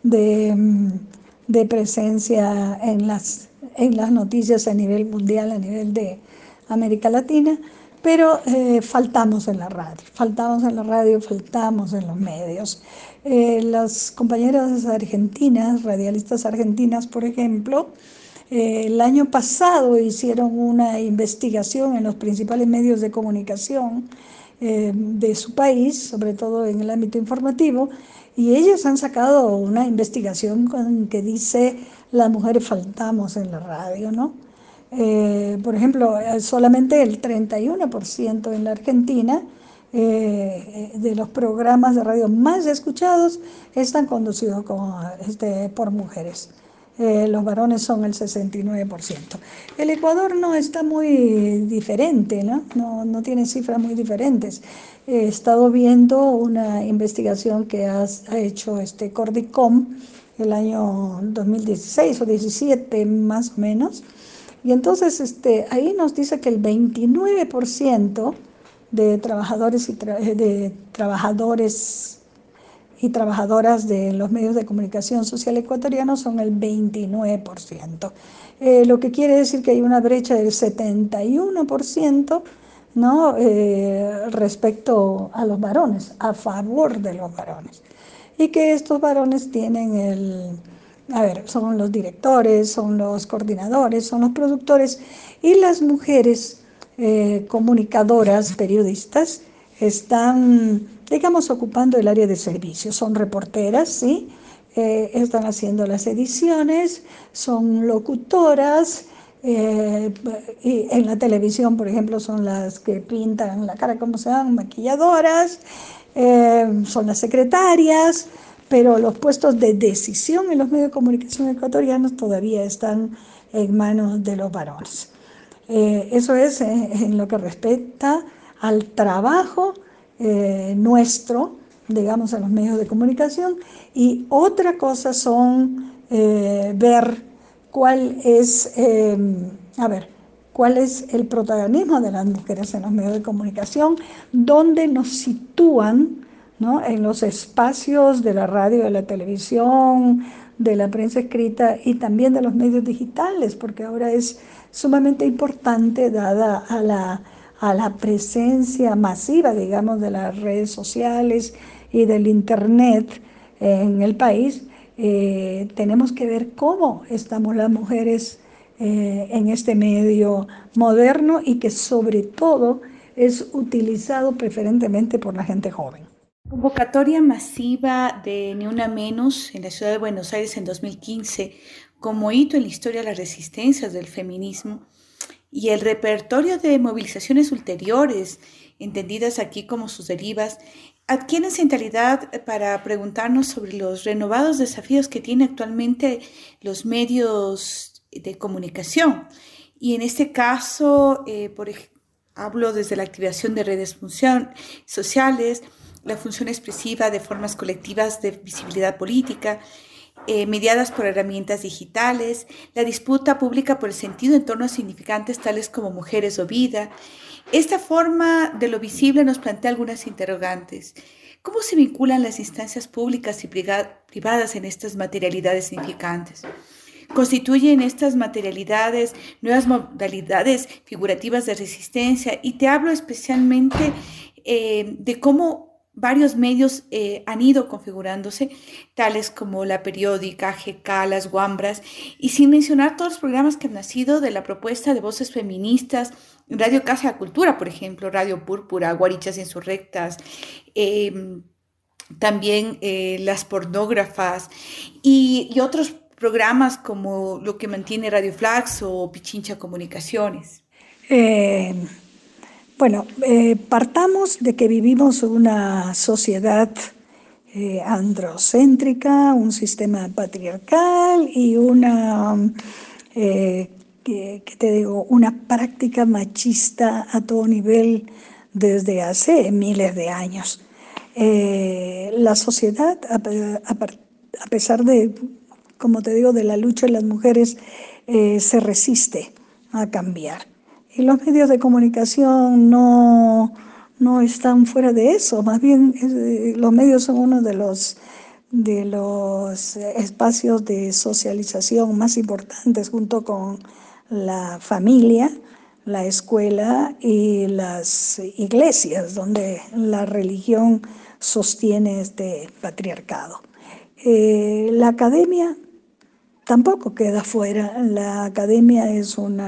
Speaker 15: de presencia en las noticias a nivel mundial, a nivel de América Latina. Pero faltamos en la radio, faltamos en los medios. Las compañeras argentinas, radialistas argentinas, por ejemplo, el año pasado hicieron una investigación en los principales medios de comunicación de su país, sobre todo en el ámbito informativo, y ellas han sacado una investigación que dice las mujeres faltamos en la radio, ¿no? Por ejemplo, solamente el 31% en la Argentina de los programas de radio más escuchados están conducidos por mujeres. Los varones son el 69%. El Ecuador no está muy diferente, ¿no? No tiene cifras muy diferentes. He estado viendo una investigación que ha hecho Cordicom el año 2016 o 17 más o menos. Y entonces ahí nos dice que el 29% de trabajadores y trabajadoras de los medios de comunicación social ecuatorianos son el 29%. Lo que quiere decir que hay una brecha del 71%, ¿no? Respecto a los varones, a favor de los varones. Y que estos varones tienen son los directores, son los coordinadores, son los productores, y las mujeres comunicadoras, periodistas, están, digamos, ocupando el área de servicio. Son reporteras, ¿sí? Están haciendo las ediciones, son locutoras, y en la televisión, por ejemplo, son las que pintan la cara, ¿cómo se llaman? Maquilladoras, son las secretarias, pero los puestos de decisión en los medios de comunicación ecuatorianos todavía están en manos de los varones. Eso es en lo que respecta al trabajo nuestro, digamos, en los medios de comunicación. Y otra cosa son ver cuál es el protagonismo de las mujeres en los medios de comunicación, dónde nos sitúan, ¿no?, en los espacios de la radio, de la televisión, de la prensa escrita y también de los medios digitales, porque ahora es sumamente importante, dada a la presencia masiva, digamos, de las redes sociales y del Internet en el país. Tenemos que ver cómo estamos las mujeres en este medio moderno y que sobre todo es utilizado preferentemente por la gente joven.
Speaker 3: Convocatoria masiva de Ni Una Menos en la ciudad de Buenos Aires en 2015 como hito en la historia de las resistencias del feminismo. y el repertorio de movilizaciones ulteriores, entendidas aquí como sus derivas, adquieren centralidad para preguntarnos sobre los renovados desafíos que tienen actualmente los medios de comunicación. Y en este caso, hablo desde la activación de redes sociales, la función expresiva de formas colectivas de visibilidad política, mediadas por herramientas digitales, la disputa pública por el sentido en torno a significantes tales como mujeres o vida. Esta forma de lo visible nos plantea algunas interrogantes. ¿Cómo se vinculan las instancias públicas y privadas en estas materialidades significantes? ¿Constituyen estas materialidades nuevas modalidades figurativas de resistencia? Y te hablo especialmente de cómo varios medios han ido configurándose, tales como La Periódica, GK, Las Guambras, y sin mencionar todos los programas que han nacido de la propuesta de voces feministas, Radio Casa de la Cultura, por ejemplo, Radio Púrpura, Guarichas Insurrectas, también Las Pornógrafas y otros programas como lo que mantiene Radio Flax o Pichincha Comunicaciones.
Speaker 15: Partamos de que vivimos una sociedad androcéntrica, un sistema patriarcal y una práctica machista a todo nivel desde hace miles de años. La sociedad, a pesar de, como te digo, de la lucha de las mujeres, se resiste a cambiar. Y los medios de comunicación no están fuera de eso, más bien los medios son uno de los espacios de socialización más importantes, junto con la familia, la escuela y las iglesias, donde la religión sostiene este patriarcado. La academia tampoco queda fuera. La academia es un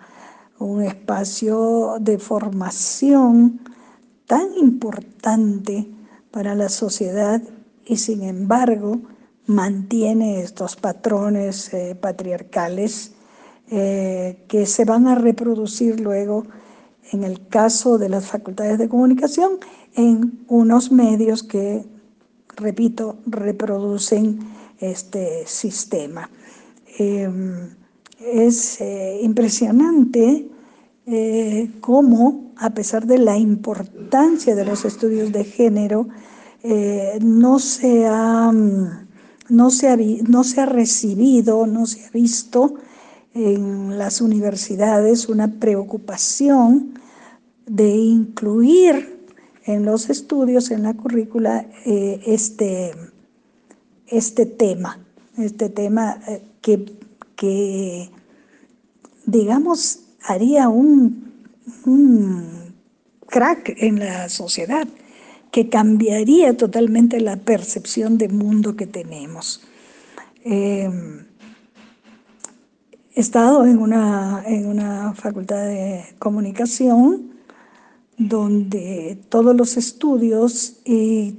Speaker 15: espacio de formación tan importante para la sociedad y sin embargo mantiene estos patrones patriarcales que se van a reproducir luego, en el caso de las facultades de comunicación, en unos medios que, repito, reproducen este sistema. Es impresionante cómo, a pesar de la importancia de los estudios de género, no se ha recibido, no se ha visto en las universidades una preocupación de incluir en los estudios, en la currícula, este tema que digamos, haría un crack en la sociedad, que cambiaría totalmente la percepción de mundo que tenemos. He estado en una facultad de comunicación donde todos los estudios, y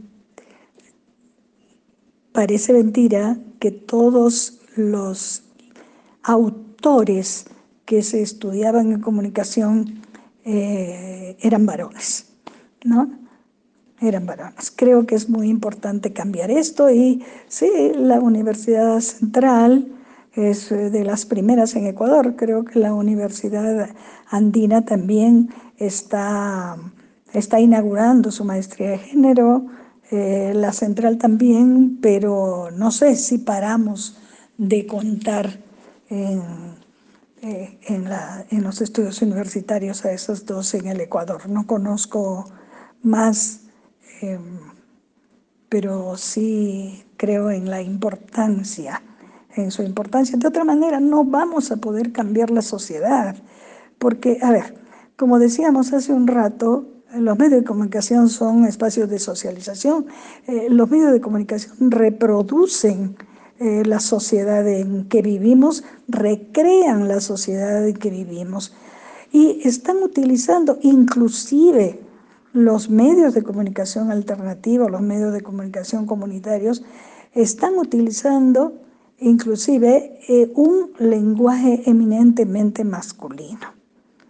Speaker 15: parece mentira que todos los autores que se estudiaban en comunicación eran varones, ¿no? Eran varones. Creo que es muy importante cambiar esto y sí, la Universidad Central es de las primeras en Ecuador. Creo que la Universidad Andina también está inaugurando su maestría de género, la Central también, pero no sé si paramos de contar en los estudios universitarios a esos dos en el Ecuador. No conozco más, pero sí creo en la importancia, en su importancia. De otra manera, no vamos a poder cambiar la sociedad, porque, a ver, como decíamos hace un rato, los medios de comunicación son espacios de socialización. Los medios de comunicación reproducen la sociedad en que vivimos, recrean la sociedad en que vivimos y están utilizando inclusive los medios de comunicación alternativos, los medios de comunicación comunitarios, están utilizando inclusive un lenguaje eminentemente masculino.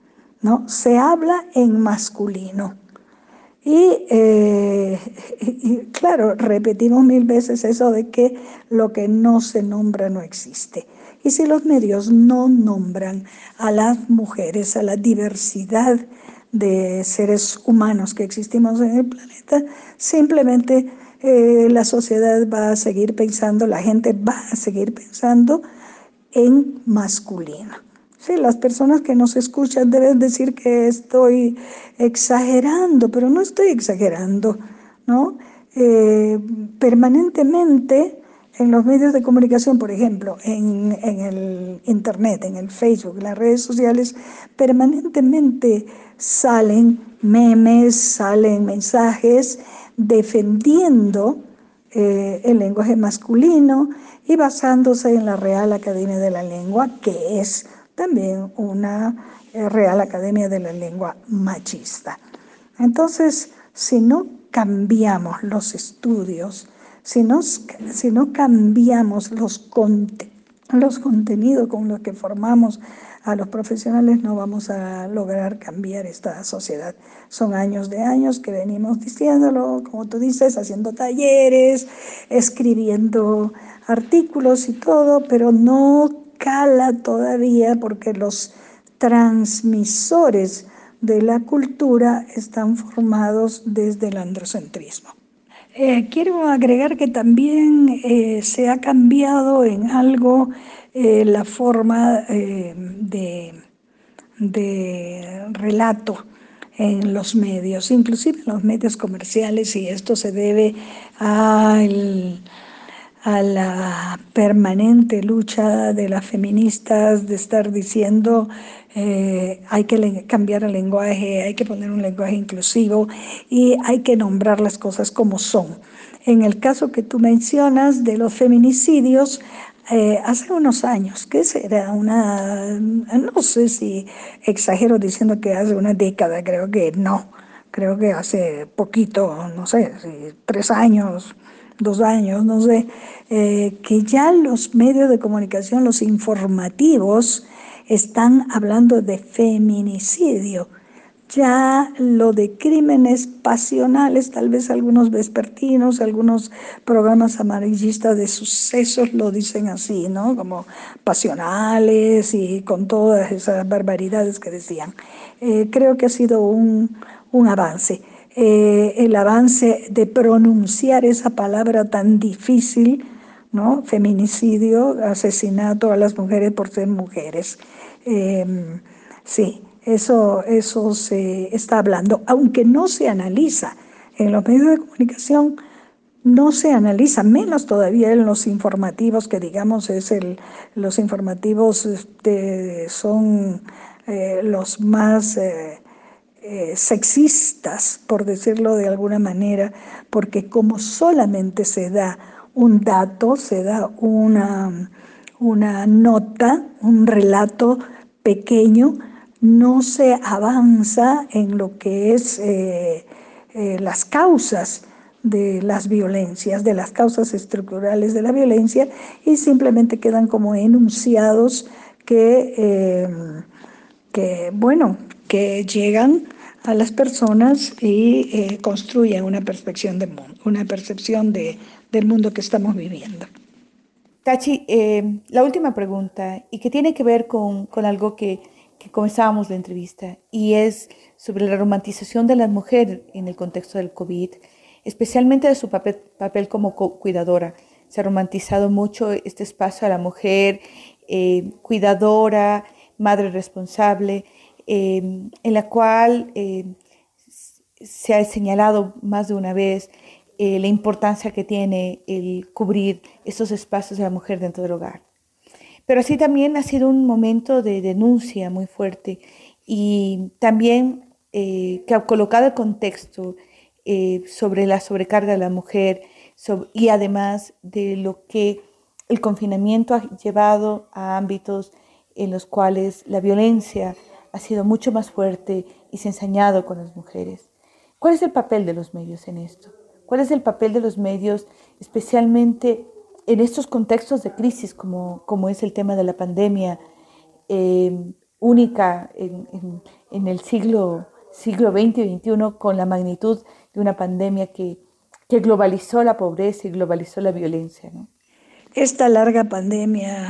Speaker 15: ¿no? Se habla en masculino. Y claro, repetimos 1000 veces eso de que lo que no se nombra no existe. Y si los medios no nombran a las mujeres, a la diversidad de seres humanos que existimos en el planeta, simplemente la sociedad va a seguir pensando, la gente va a seguir pensando en masculino. Sí, las personas que nos escuchan deben decir que estoy exagerando, pero no estoy exagerando, ¿no? Permanentemente en los medios de comunicación, por ejemplo, en el internet, en el Facebook, en las redes sociales, permanentemente salen memes, salen mensajes defendiendo el lenguaje masculino y basándose en la Real Academia de la Lengua, que es también una Real Academia de la Lengua machista. Entonces, si no cambiamos los estudios, si no cambiamos los contenidos con los que formamos a los profesionales, no vamos a lograr cambiar esta sociedad. Son años de años que venimos diciéndolo, como tú dices, haciendo talleres, escribiendo artículos y todo, pero no cala todavía porque los transmisores de la cultura están formados desde el androcentrismo. Quiero agregar que también se ha cambiado en algo la forma de relato en los medios, inclusive en los medios comerciales, y esto se debe a la permanente lucha de las feministas de estar diciendo hay que cambiar el lenguaje, hay que poner un lenguaje inclusivo y hay que nombrar las cosas como son. En el caso que tú mencionas de los feminicidios, hace unos años, que será no sé si exagero diciendo que hace una década, creo que no, creo que hace poquito, no sé, 3 años, 2 años, no sé, que ya los medios de comunicación, los informativos, están hablando de feminicidio. Ya lo de crímenes pasionales, tal vez algunos vespertinos, algunos programas amarillistas de sucesos lo dicen así, ¿no? Como pasionales y con todas esas barbaridades que decían. Creo que ha sido un avance. El avance de pronunciar esa palabra tan difícil, ¿no? Feminicidio, asesinato a las mujeres por ser mujeres. Sí, eso se está hablando, aunque no se analiza en los medios de comunicación, no se analiza, menos todavía en los informativos, que digamos los informativos son los más sexistas, por decirlo de alguna manera, porque como solamente se da un dato, se da una nota, un relato pequeño, no se avanza en lo que es las causas de las violencias, de las causas estructurales de la violencia, y simplemente quedan como enunciados que llegan a las personas y construyen una percepción del mundo, del mundo que estamos viviendo.
Speaker 3: Tachi, la última pregunta, y que tiene que ver con algo que comenzábamos la entrevista, y es sobre la romantización de la mujer en el contexto del COVID, especialmente de su papel como cuidadora. Se ha romantizado mucho este espacio a la mujer cuidadora, madre responsable, en la cual se ha señalado más de una vez la importancia que tiene el cubrir estos espacios de la mujer dentro del hogar. Pero así también ha sido un momento de denuncia muy fuerte, y también que ha colocado el contexto sobre la sobrecarga de la mujer y además de lo que el confinamiento ha llevado a ámbitos en los cuales la violencia ha sido mucho más fuerte y se ha ensañado con las mujeres. ¿Cuál es el papel de los medios en esto? ¿Cuál es el papel de los medios, especialmente en estos contextos de crisis como es el tema de la pandemia,
Speaker 7: única en el siglo XX y XXI, con la magnitud de una pandemia que globalizó la pobreza y globalizó la violencia, ¿no?
Speaker 15: Esta larga pandemia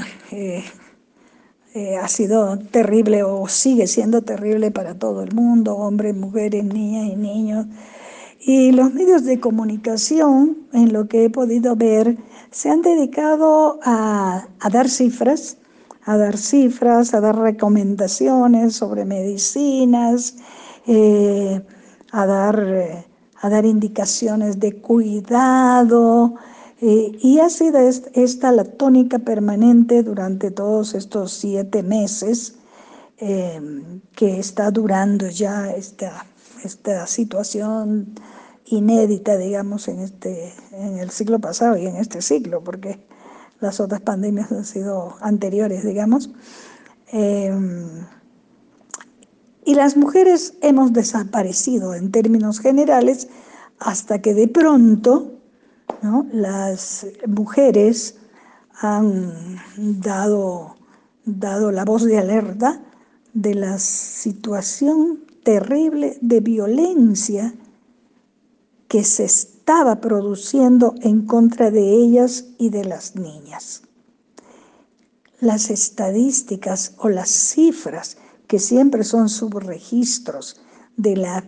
Speaker 15: ha sido terrible o sigue siendo terrible para todo el mundo, hombres, mujeres, niñas y niños. Y los medios de comunicación, en lo que he podido ver, se han dedicado a dar cifras, a dar recomendaciones sobre medicinas, a dar indicaciones de cuidado, y ha sido esta la tónica permanente durante todos estos 7 meses que está durando ya esta situación inédita, digamos, en el siglo pasado y en este siglo, porque las otras pandemias han sido anteriores, digamos. Y las mujeres hemos desaparecido en términos generales hasta que de pronto, ¿no?, las mujeres han dado la voz de alerta de la situación terrible de violencia que se estaba produciendo en contra de ellas y de las niñas. Las estadísticas o las cifras, que siempre son subregistros de la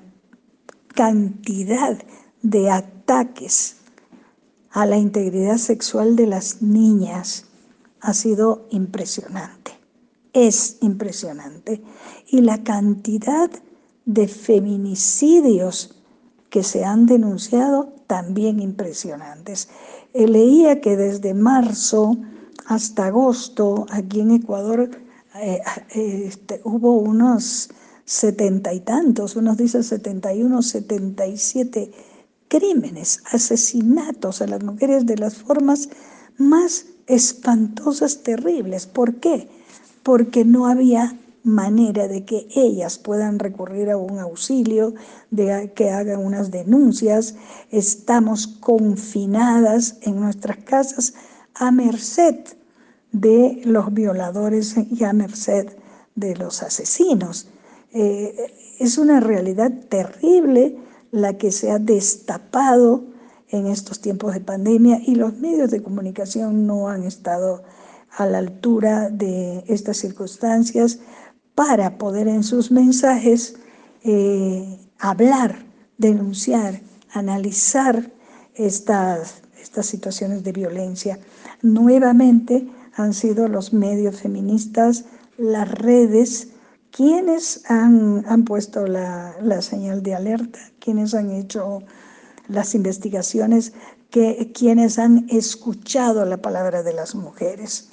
Speaker 15: cantidad de ataques a la integridad sexual de las niñas, ha sido impresionante. Es impresionante. Y la cantidad de feminicidios que se han denunciado, también impresionantes. Leía que desde marzo hasta agosto, aquí en Ecuador, hubo unos 70 y tantos, unos dicen 71, 77 crímenes, asesinatos a las mujeres de las formas más espantosas, terribles. ¿Por qué? Porque no había manera de que ellas puedan recurrir a un auxilio, de que hagan unas denuncias. Estamos confinadas en nuestras casas a merced de los violadores y a merced de los asesinos. Es una realidad terrible la que se ha destapado en estos tiempos de pandemia, y los medios de comunicación no han estado a la altura de estas circunstancias para poder en sus mensajes hablar, denunciar, analizar estas situaciones de violencia. Nuevamente han sido los medios feministas, las redes, quienes han puesto la señal de alerta, quienes han hecho las investigaciones, quienes han escuchado la palabra de las mujeres.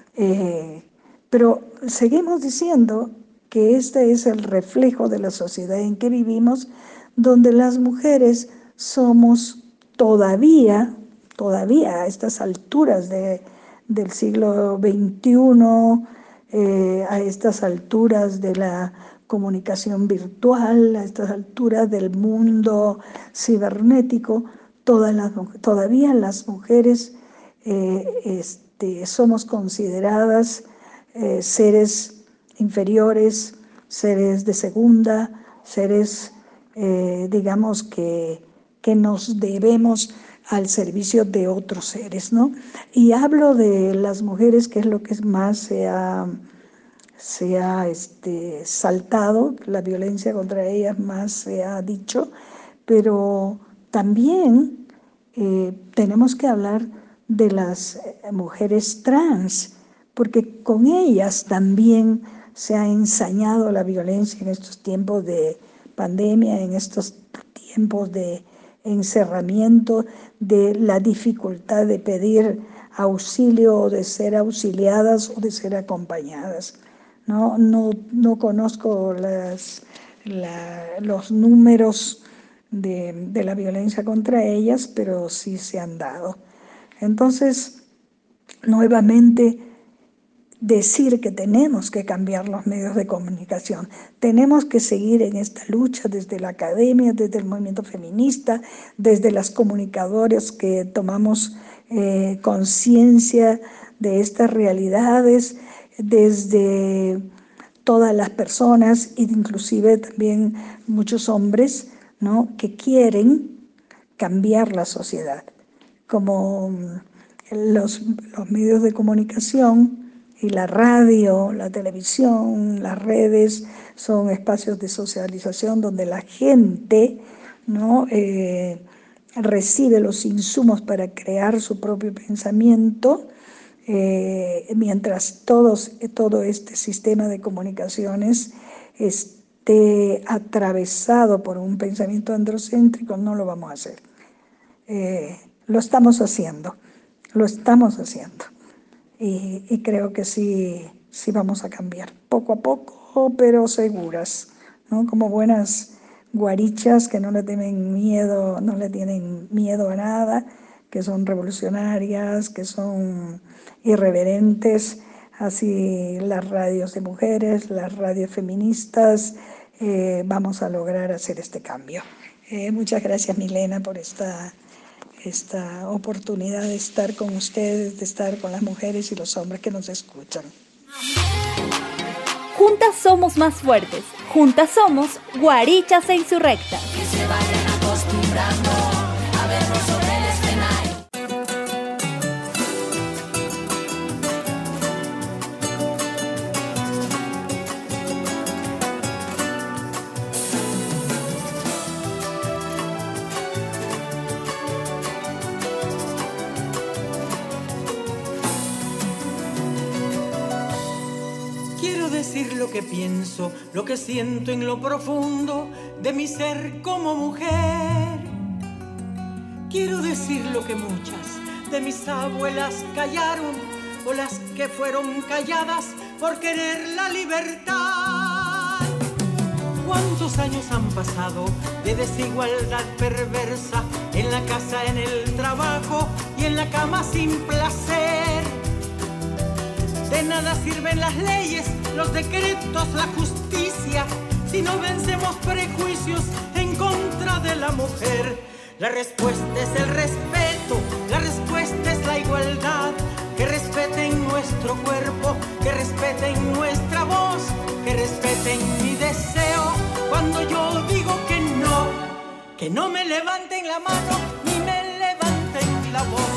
Speaker 15: Pero seguimos diciendo que este es el reflejo de la sociedad en que vivimos, donde las mujeres somos todavía a estas alturas del siglo XXI, a estas alturas de la comunicación virtual, a estas alturas del mundo cibernético, todavía las mujeres somos consideradas seres inferiores, seres de segunda, seres, digamos, que nos debemos al servicio de otros seres, ¿no? Y hablo de las mujeres, que es lo que más se ha saltado, la violencia contra ellas más se ha dicho, pero también tenemos que hablar de las mujeres trans, porque con ellas también se ha ensañado la violencia en estos tiempos de pandemia, en estos tiempos de encerramiento, de la dificultad de pedir auxilio o de ser auxiliadas o de ser acompañadas. No conozco los números de la violencia contra ellas, pero sí se han dado. Entonces, nuevamente, decir que tenemos que cambiar los medios de comunicación, tenemos que seguir en esta lucha desde la academia, desde el movimiento feminista, desde las comunicadoras que tomamos conciencia de estas realidades, desde todas las personas, inclusive también muchos hombres, ¿no?, que quieren cambiar la sociedad. Como los medios de comunicación y la radio, la televisión, las redes son espacios de socialización donde la gente, ¿no?, recibe los insumos para crear su propio pensamiento, mientras todo este sistema de comunicaciones esté atravesado por un pensamiento androcéntrico, no lo vamos a hacer. Lo estamos haciendo. Y creo que sí vamos a cambiar, poco a poco, pero seguras, ¿no? Como buenas guarichas que no le tienen miedo a nada, que son revolucionarias, que son irreverentes. Así las radios de mujeres, las radios feministas, vamos a lograr hacer este cambio. Muchas gracias, Milena, por esta oportunidad de estar con ustedes, de estar con las mujeres y los hombres que nos escuchan.
Speaker 5: Juntas somos más fuertes. Juntas somos Guarichas e Insurrectas.
Speaker 8: Que se vayan acostumbrando a vernos sobre el escenario.
Speaker 16: Decir lo que pienso, lo que siento en lo profundo de mi ser como mujer. Quiero decir lo que muchas de mis abuelas callaron, o las que fueron calladas por querer la libertad. ¿Cuántos años han pasado de desigualdad perversa en la casa, en el trabajo y en la cama sin placer? De nada sirven las leyes, los decretos, la justicia, si no vencemos prejuicios en contra de la mujer. La respuesta es el respeto, la respuesta es la igualdad. Que respeten nuestro cuerpo, que respeten nuestra voz, que respeten mi deseo. Cuando yo digo que no me levanten la mano ni me levanten la voz.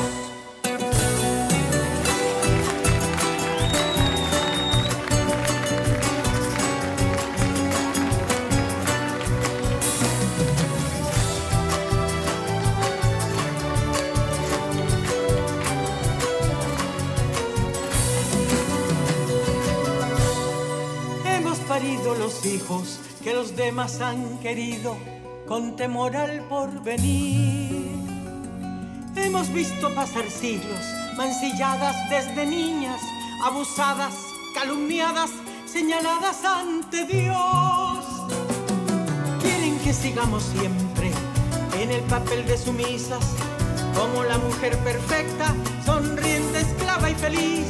Speaker 16: Parido los hijos que los demás han querido con temor al porvenir. Hemos visto pasar siglos mancilladas desde niñas, abusadas, calumniadas, señaladas ante Dios. Quieren que sigamos siempre en el papel de sumisas, como la mujer perfecta, sonriente, esclava y feliz.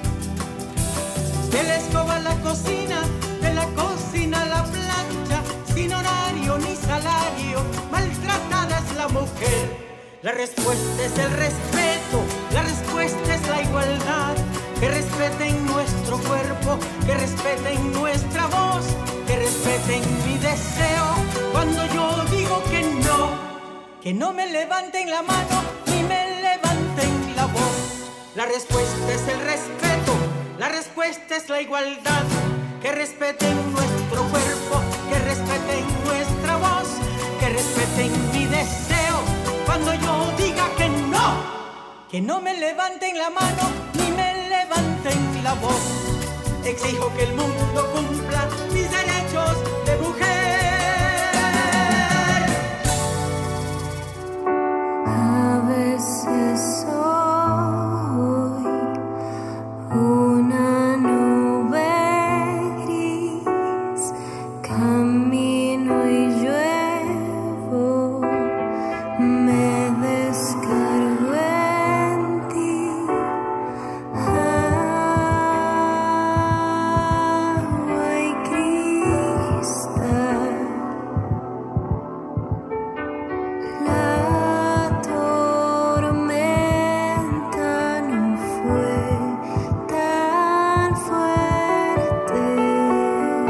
Speaker 16: De la escoba a la cocina, de la cocina a la plancha, sin horario ni salario, maltratada es la mujer. La respuesta es el respeto, la respuesta es la igualdad. Que respeten nuestro cuerpo, que respeten nuestra voz, que respeten mi deseo. Cuando yo digo que no me levanten la mano ni me levanten la voz. La respuesta es el respeto, la respuesta es la igualdad. Que respeten nuestro cuerpo, que respeten nuestra voz, que respeten mi deseo. Cuando yo diga que no me levanten la mano ni me levanten la voz. Exijo que el mundo cumpla mis derechos de mujer.
Speaker 17: A veces soy una nube gris, camino y lluevo, me descargo en ti, agua y cristal. La tormenta no fue tan fuerte.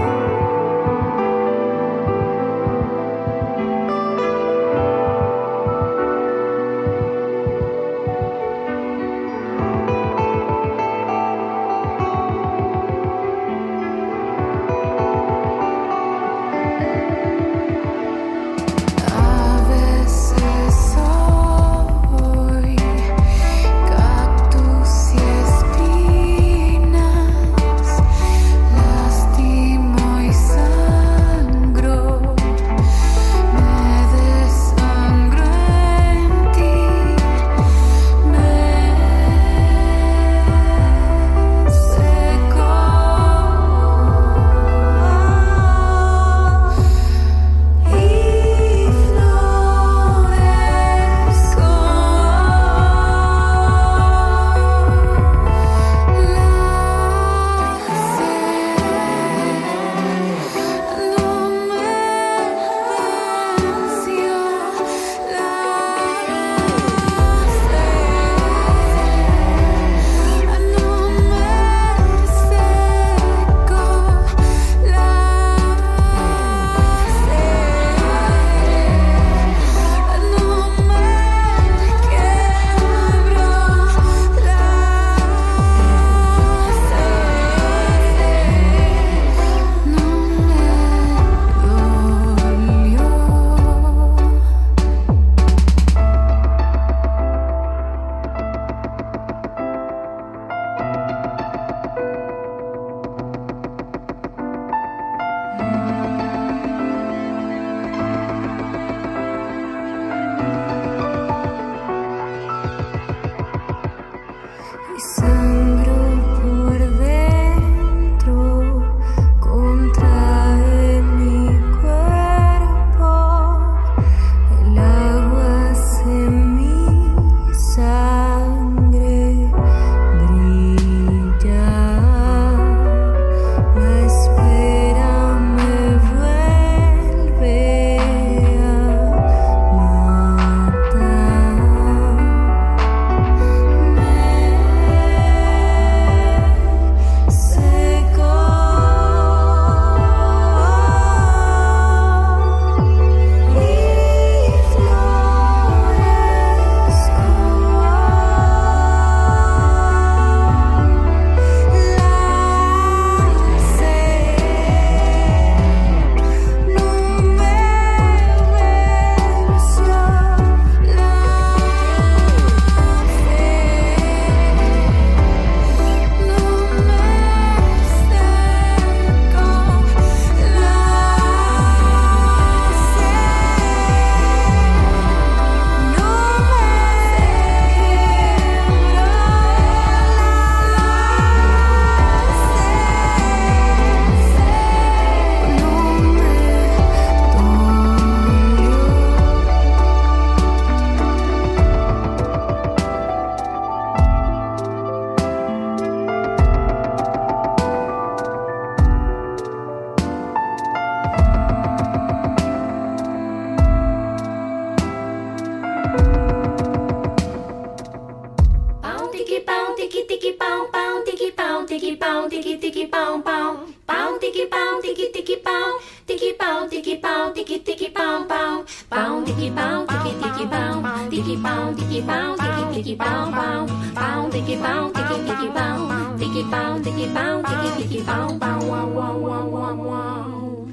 Speaker 11: tiki pow, tiki tiki pow pow, pow tiki pow, tiki tiki pow, tiki pow, tiki pow, tiki tiki pow pow, pow tiki pow, tiki tiki pow, tiki pow, tiki pow, tiki tiki pow pow, pow tiki pow, tiki tiki pow, tiki pow, tiki pow, tiki tiki pow pow, wow wow wow wow wow.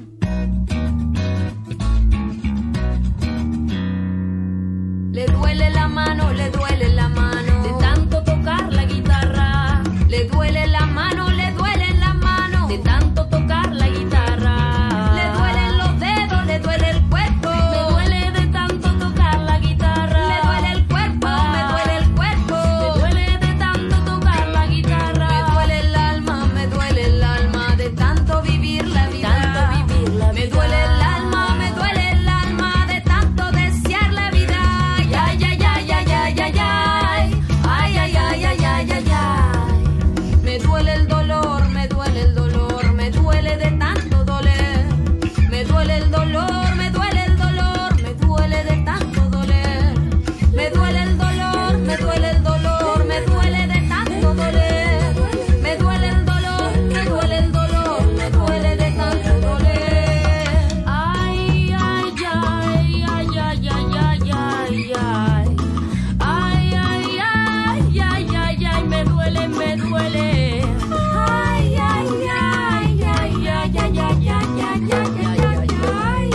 Speaker 18: Le duele la mano, le duele la mano de tanto tocar la guitarra. Le duele la mano, le duele la mano de tanto tocar la guitarra. Le duelen los dedos, le duele el cuerpo. Me duele de tanto tocar la guitarra. Le duele el cuerpo, me duele el cuerpo. Me duele de tanto tocar la guitarra. Me duele el alma de tanto vivir la vida. Me duele el alma de tanto desear la vida. Ay, ay, ay, ay, ay, ay, ay. Ay, ay, ay, ay, ay, ay, ay. Me duele el dolor, me duele el dolor, me duele de tanto doler. Me duele el dolor, me duele el dolor, me duele de tanto doler. Me duele el dolor, me duele el dolor, me duele de tanto doler. Me duele el dolor, me duele el dolor, me duele de tanto doler. Ay, ay, ay, ay, ay, ay, ay, ay, ay. Ay, ay, ay, ay, ay, ay, me duele, me duele. Ay, ay, ay, ay, ay, ay, ay, ay, ay, ay, ay, ay.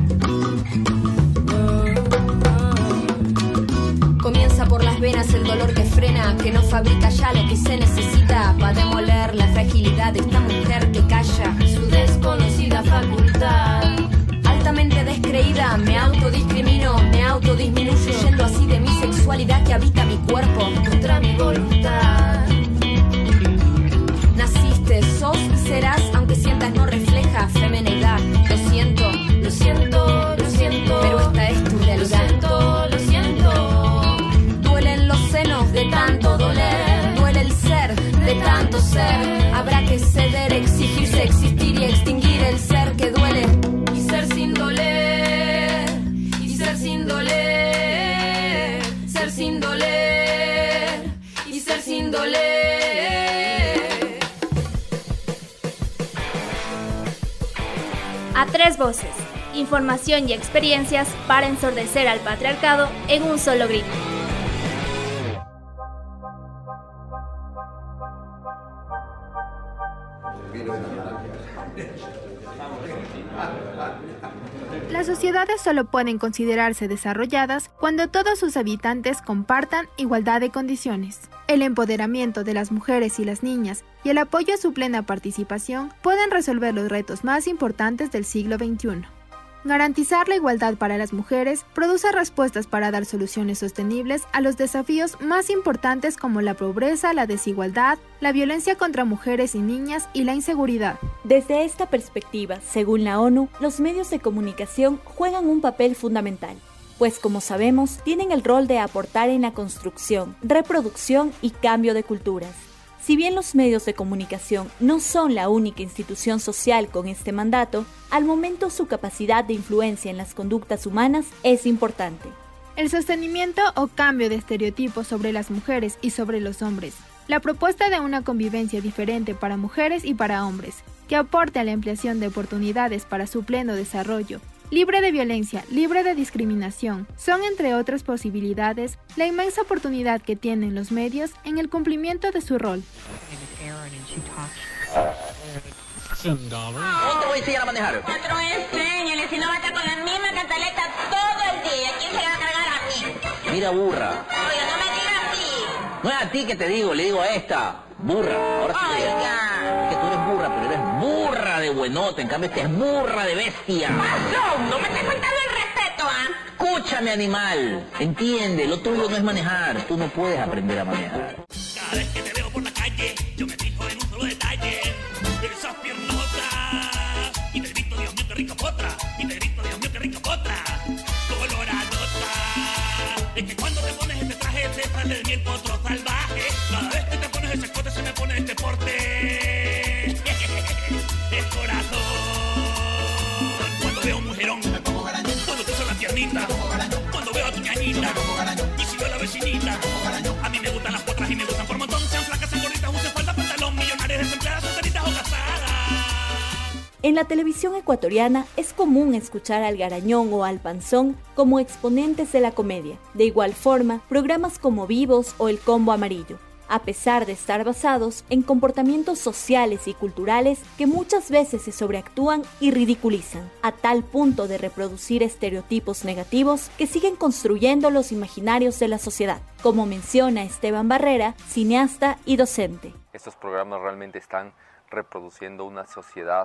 Speaker 18: Comienza por las venas el dolor que frena, que no fabrica ya lo que se necesita para demoler la fragilidad de esta mujer que calla su desconocida facultad. Altamente descreída, me autodiscrimino, me autodisminuyo, yendo así de mi sexualidad que habita mi cuerpo contra mi voluntad. Naciste, sos, serás, aunque sientas no refleja femenidad. Lo siento, lo siento, lo siento, pero esta es tu realidad. Lo siento, lo siento. Duelen los senos de tanto doler, duele el ser de tanto ser. Habrá que ceder, exigirse, existir y extinguir el ser que duele. Y ser sin doler, y ser sin doler, ser sin doler, y ser sin doler.
Speaker 2: A tres voces, información y experiencias para ensordecer al patriarcado en un solo grito. Las sociedades solo pueden considerarse desarrolladas cuando todos sus habitantes compartan igualdad de condiciones. El empoderamiento de las mujeres y las niñas y el apoyo a su plena participación pueden resolver los retos más importantes del siglo XXI. Garantizar la igualdad para las mujeres produce respuestas para dar soluciones sostenibles a los desafíos más importantes como la pobreza, la desigualdad, la violencia contra mujeres y niñas y la inseguridad.
Speaker 5: Desde esta perspectiva, según la ONU, los medios de comunicación juegan un papel fundamental, pues como sabemos, tienen el rol de aportar en la construcción, reproducción y cambio de culturas. Si bien los medios de comunicación no son la única institución social con este mandato, al momento su capacidad de influencia en las conductas humanas es importante.
Speaker 2: El sostenimiento o cambio de estereotipos sobre las mujeres y sobre los hombres. La propuesta de una convivencia diferente para mujeres y para hombres, que aporte a la ampliación de oportunidades para su pleno desarrollo, libre de violencia, libre de discriminación, son entre otras posibilidades la inmensa oportunidad que tienen los medios en el cumplimiento de su rol.
Speaker 19: ¿Cómo te voy a enseñar a manejar?
Speaker 20: Patrón, enséñale, si no va a estar con la misma cantaleta todo el día. ¿Quién se va a cargar a mí?
Speaker 19: Mira, burra.
Speaker 20: Oiga, no me digas así.
Speaker 19: No es a ti que te digo, le digo a esta. Burra. Ahora sí.
Speaker 20: Oiga.
Speaker 19: Es que tú eres burra, pero eres burra de buenote. En cambio, esta es burra de bestia.
Speaker 20: Patrón, no me estés faltando el respeto, ¿ah?
Speaker 19: Escúchame, animal. Entiende, lo tuyo no es manejar. Tú no puedes aprender a manejar.
Speaker 12: Cada vez que te veo por la calle, yo me fijo en un solo detalle. Esas piernotas. Y te grito, Dios mío, qué rica potra. Y te grito, Dios mío, qué rica potra. Coloradota. Es que cuando te pones este traje, te sale de mí el potro salvaje. Cada vez que te pones ese escote, se me pone este porte. El corazón. Cuando veo un mujerón, cuando te uso la piernita, cuando veo a tu ñañita, y si veo a la vecinita, a mí me gustan las potras y me gustan por montón. Sean flacas, sean gorditas, use falda, pantalón, millonarios,
Speaker 5: En la televisión ecuatoriana es común escuchar al Garañón o al Panzón como exponentes de la comedia. De igual forma, programas como Vivos o El Combo Amarillo, a pesar de estar basados en comportamientos sociales y culturales que muchas veces se sobreactúan y ridiculizan, a tal punto de reproducir estereotipos negativos que siguen construyendo los imaginarios de la sociedad, como menciona Esteban Barrera, cineasta y docente.
Speaker 21: Estos programas realmente están reproduciendo una sociedad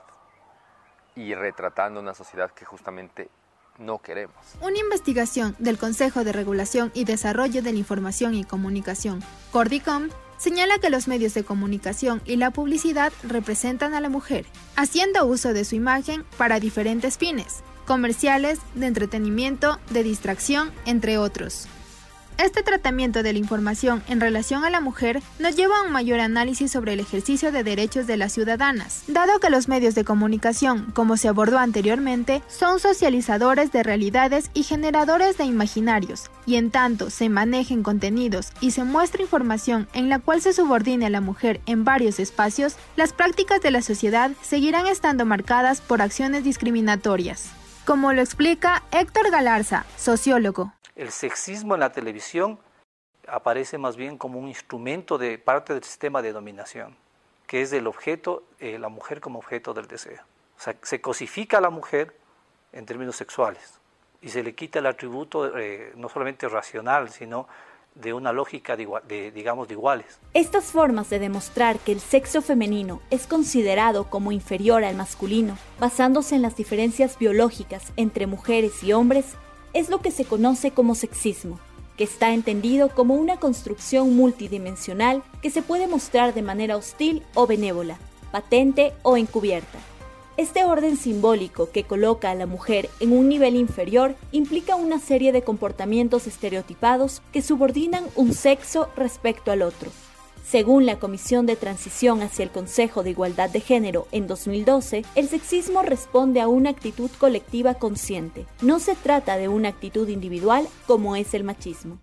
Speaker 21: y retratando una sociedad que justamente no queremos.
Speaker 2: Una investigación del Consejo de Regulación y Desarrollo de la Información y Comunicación, Cordicom, señala que los medios de comunicación y la publicidad representan a la mujer, haciendo uso de su imagen para diferentes fines, comerciales, de entretenimiento, de distracción, entre otros. Este tratamiento de la información en relación a la mujer nos lleva a un mayor análisis sobre el ejercicio de derechos de las ciudadanas, dado que los medios de comunicación, como se abordó anteriormente, son socializadores de realidades y generadores de imaginarios, y en tanto se manejen contenidos y se muestra información en la cual se subordine a la mujer en varios espacios, las prácticas de la sociedad seguirán estando marcadas por acciones discriminatorias. Como lo explica Héctor Galarza, sociólogo.
Speaker 22: El sexismo en la televisión aparece más bien como un instrumento de parte del sistema de dominación, que es el objeto, la mujer como objeto del deseo. O sea, se cosifica a la mujer en términos sexuales y se le quita el atributo no solamente racional, sino de una lógica de iguales.
Speaker 5: Estas formas de demostrar que el sexo femenino es considerado como inferior al masculino, basándose en las diferencias biológicas entre mujeres y hombres, es lo que se conoce como sexismo, que está entendido como una construcción multidimensional que se puede mostrar de manera hostil o benévola, patente o encubierta. Este orden simbólico que coloca a la mujer en un nivel inferior implica una serie de comportamientos estereotipados que subordinan un sexo respecto al otro. Según la Comisión de Transición hacia el Consejo de Igualdad de Género en 2012, el sexismo responde a una actitud colectiva consciente. No se trata de una actitud individual como es el machismo.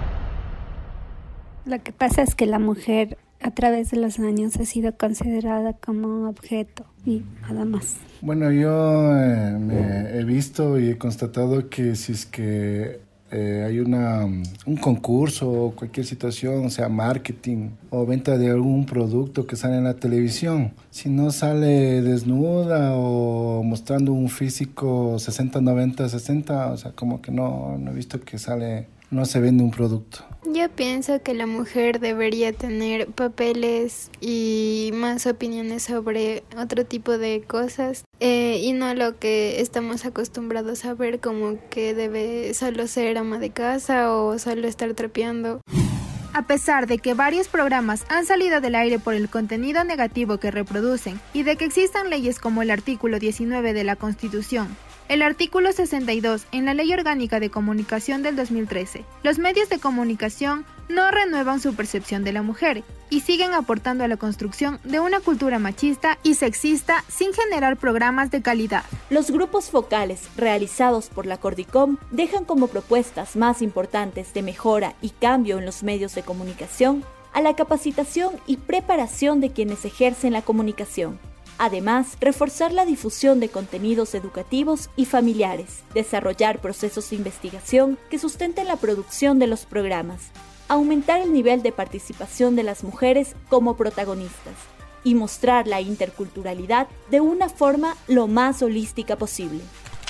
Speaker 23: Lo que pasa es que la mujer a través de los años ha sido considerada como objeto y nada más.
Speaker 24: Bueno, yo he visto y he constatado que si es que hay un concurso o cualquier situación, o sea, marketing o venta de algún producto que sale en la televisión, si no sale desnuda o mostrando un físico 60, 90, 60, o sea, como que no he visto que no se vende un producto.
Speaker 25: Yo pienso que la mujer debería tener papeles y más opiniones sobre otro tipo de cosas y no lo que estamos acostumbrados a ver, como que debe solo ser ama de casa o solo estar trapeando.
Speaker 2: A pesar de que varios programas han salido del aire por el contenido negativo que reproducen y de que existan leyes como el artículo 19 de la Constitución, el artículo 62 en la Ley Orgánica de Comunicación del 2013, los medios de comunicación no renuevan su percepción de la mujer y siguen aportando a la construcción de una cultura machista y sexista sin generar programas de calidad.
Speaker 5: Los grupos focales realizados por la Cordicom dejan como propuestas más importantes de mejora y cambio en los medios de comunicación a la capacitación y preparación de quienes ejercen la comunicación. Además, reforzar la difusión de contenidos educativos y familiares, desarrollar procesos de investigación que sustenten la producción de los programas, aumentar el nivel de participación de las mujeres como protagonistas y mostrar la interculturalidad de una forma lo más holística posible.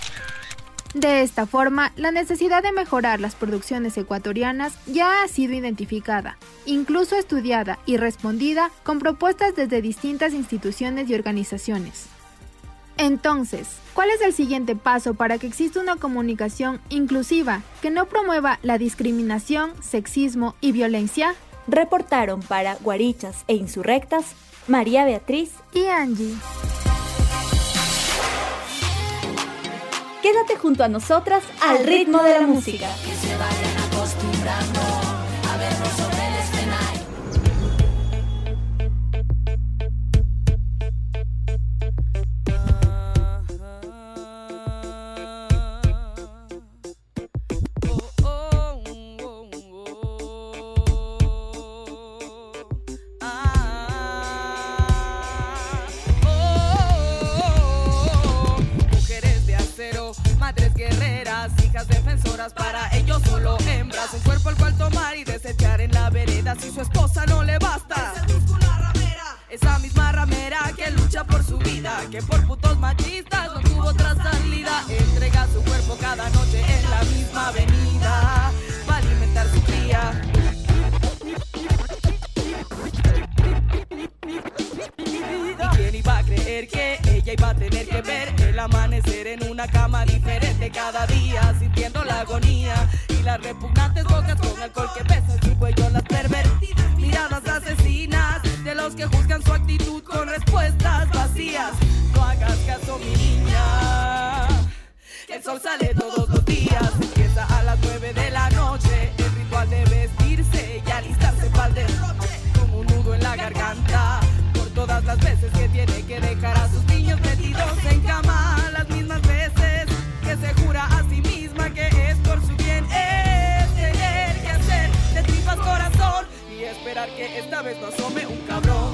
Speaker 2: De esta forma, la necesidad de mejorar las producciones ecuatorianas ya ha sido identificada, incluso estudiada y respondida con propuestas desde distintas instituciones y organizaciones. Entonces, ¿cuál es el siguiente paso para que exista una comunicación inclusiva que no promueva la discriminación, sexismo y violencia?
Speaker 5: Reportaron para Guarichas e Insurrectas María Beatriz
Speaker 2: y Angie.
Speaker 5: Quédate junto a nosotras al ritmo de la música.
Speaker 8: Que se vayan acostumbrando a vernos sobre el escenario.
Speaker 1: largas horas, para ellos solo hembras. Un cuerpo al cual tomar y desechar en la vereda si su esposa no le basta. Esa misma ramera que lucha por su vida, que por putos machistas no tuvo otra salida. Entrega su cuerpo cada noche en la misma avenida para alimentar su cría. ¿Y quién iba a creer que ella iba a tener que ver el amanecer en una cama diferente cada día, sintiendo la agonía y las repugnantes bocas con alcohol que besa en su cuello, las pervertidas miradas asesinas de los que juzgan su actitud con respuestas vacías? No hagas caso, mi niña, que el sol sale todos los días. Empieza a las 9 de la noche el ritual de vestirse y alistarse para el derroche, como un nudo en la garganta, por todas las veces que tiene que dejar a sus niños metidos en cama, las mismas veces que se jura a sí misma que es por su bien. Es tener que hacer de tripas corazón y esperar que esta vez no asome un cabrón.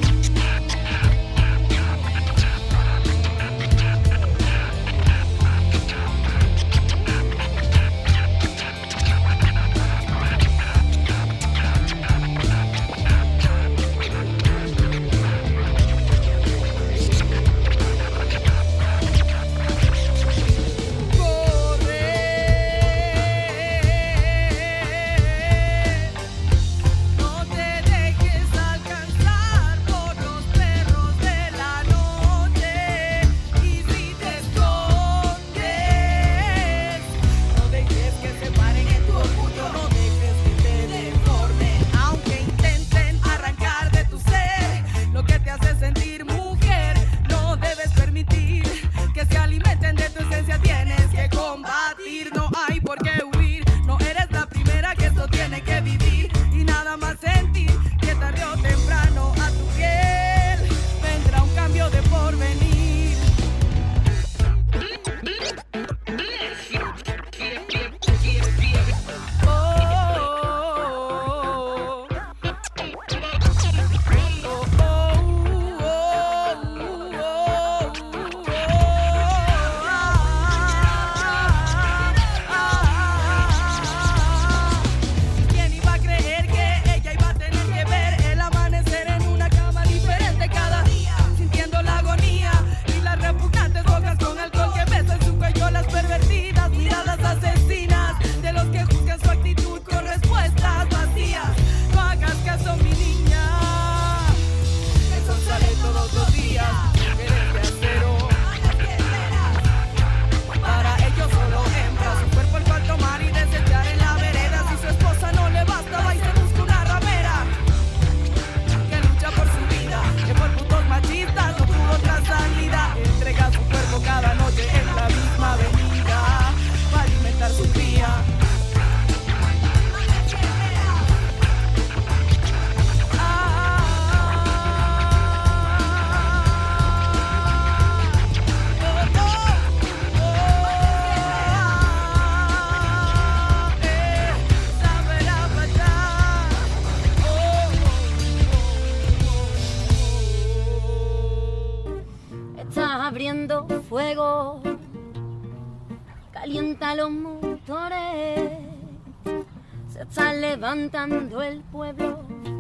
Speaker 18: Abriendo fuego, calienta los motores, se está levantando el pueblo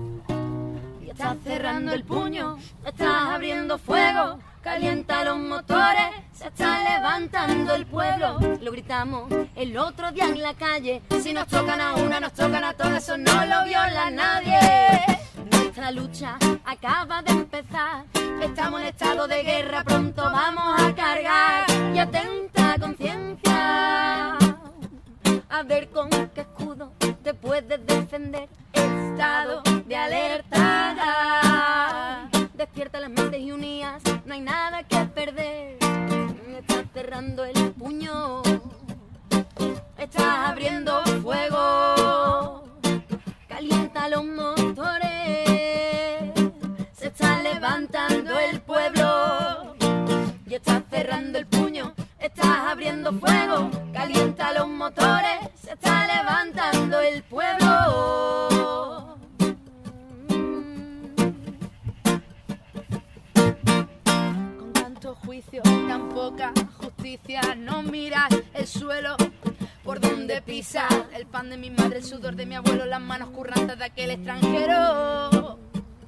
Speaker 18: y está cerrando el puño. Estás abriendo fuego, calienta los motores, se está levantando el pueblo. Lo gritamos el otro día en la calle, si nos tocan a una, nos tocan a todas, eso no lo viola nadie. Nuestra lucha acaba de empezar, estamos en estado de guerra, pronto vamos a cargar. Y atenta conciencia, a ver con qué escudo te puedes defender. Estado de alerta, despierta las mentes y unidas, no hay nada que perder. Estás cerrando el puño, estás abriendo fuego, calienta los motores, se está levantando el pueblo y estás cerrando el puño, estás abriendo fuego, calienta los motores, se está levantando el pueblo. Con tanto juicio, tan poca justicia, no miras el suelo
Speaker 4: por donde pisa. El pan de mi madre, el sudor de mi abuelo, las manos currantes de aquel extranjero.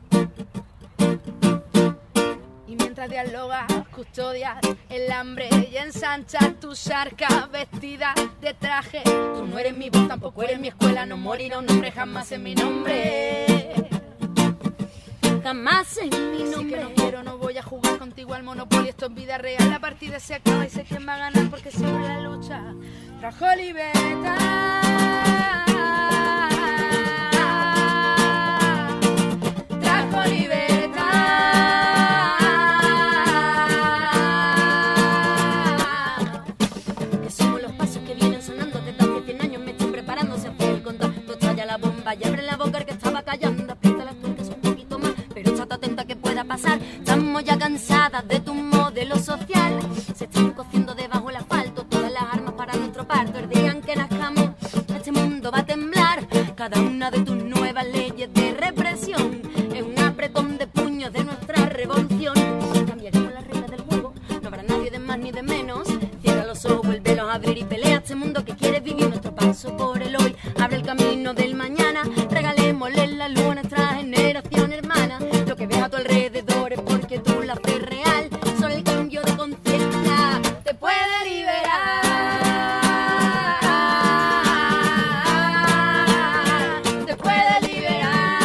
Speaker 4: Y mientras dialogas, custodias el hambre y ensanchas tus arcas vestidas de traje. Tú no eres mi voz, tampoco eres mi escuela, no morirá un hombre jamás en mi nombre. Jamás en mi nombre. Sí que no quiero, no voy a jugar contigo al Monopoly. Esto es vida real, la partida se acaba y sé quién va a ganar, porque siempre la lucha trajo libertad. Trajo libertad. Que somos los pasos que vienen sonando desde hace 100 años. Me estoy preparándose a hacer el control. Tú estalla la bomba y abre la boca el que estaba callando. Aprieta las tuercas un poquito más, pero estate atenta que pueda pasar. Estamos ya cansadas de tu modelo social. Se están cociendo debajo el asfalto todas las armas para nuestro parto. El día en que nazcamos, este mundo va a temblar. Cada una de tus nuevas leyes de represión es un apretón de puños de nuestra revolución. Cambiaremos las reglas del juego, no habrá nadie de más ni de menos. Cierra los ojos, vuélvelos a abrir y pelea este mundo que quiere vivir. Nuestro paso por el hoy abre el camino del mañana. Regalémosle la luz a nuestra generación hermana. Lo que ves a tu alrededor es porque tú la ves real. Solo el cambio de conciencia te puede liberar. Te puede liberar.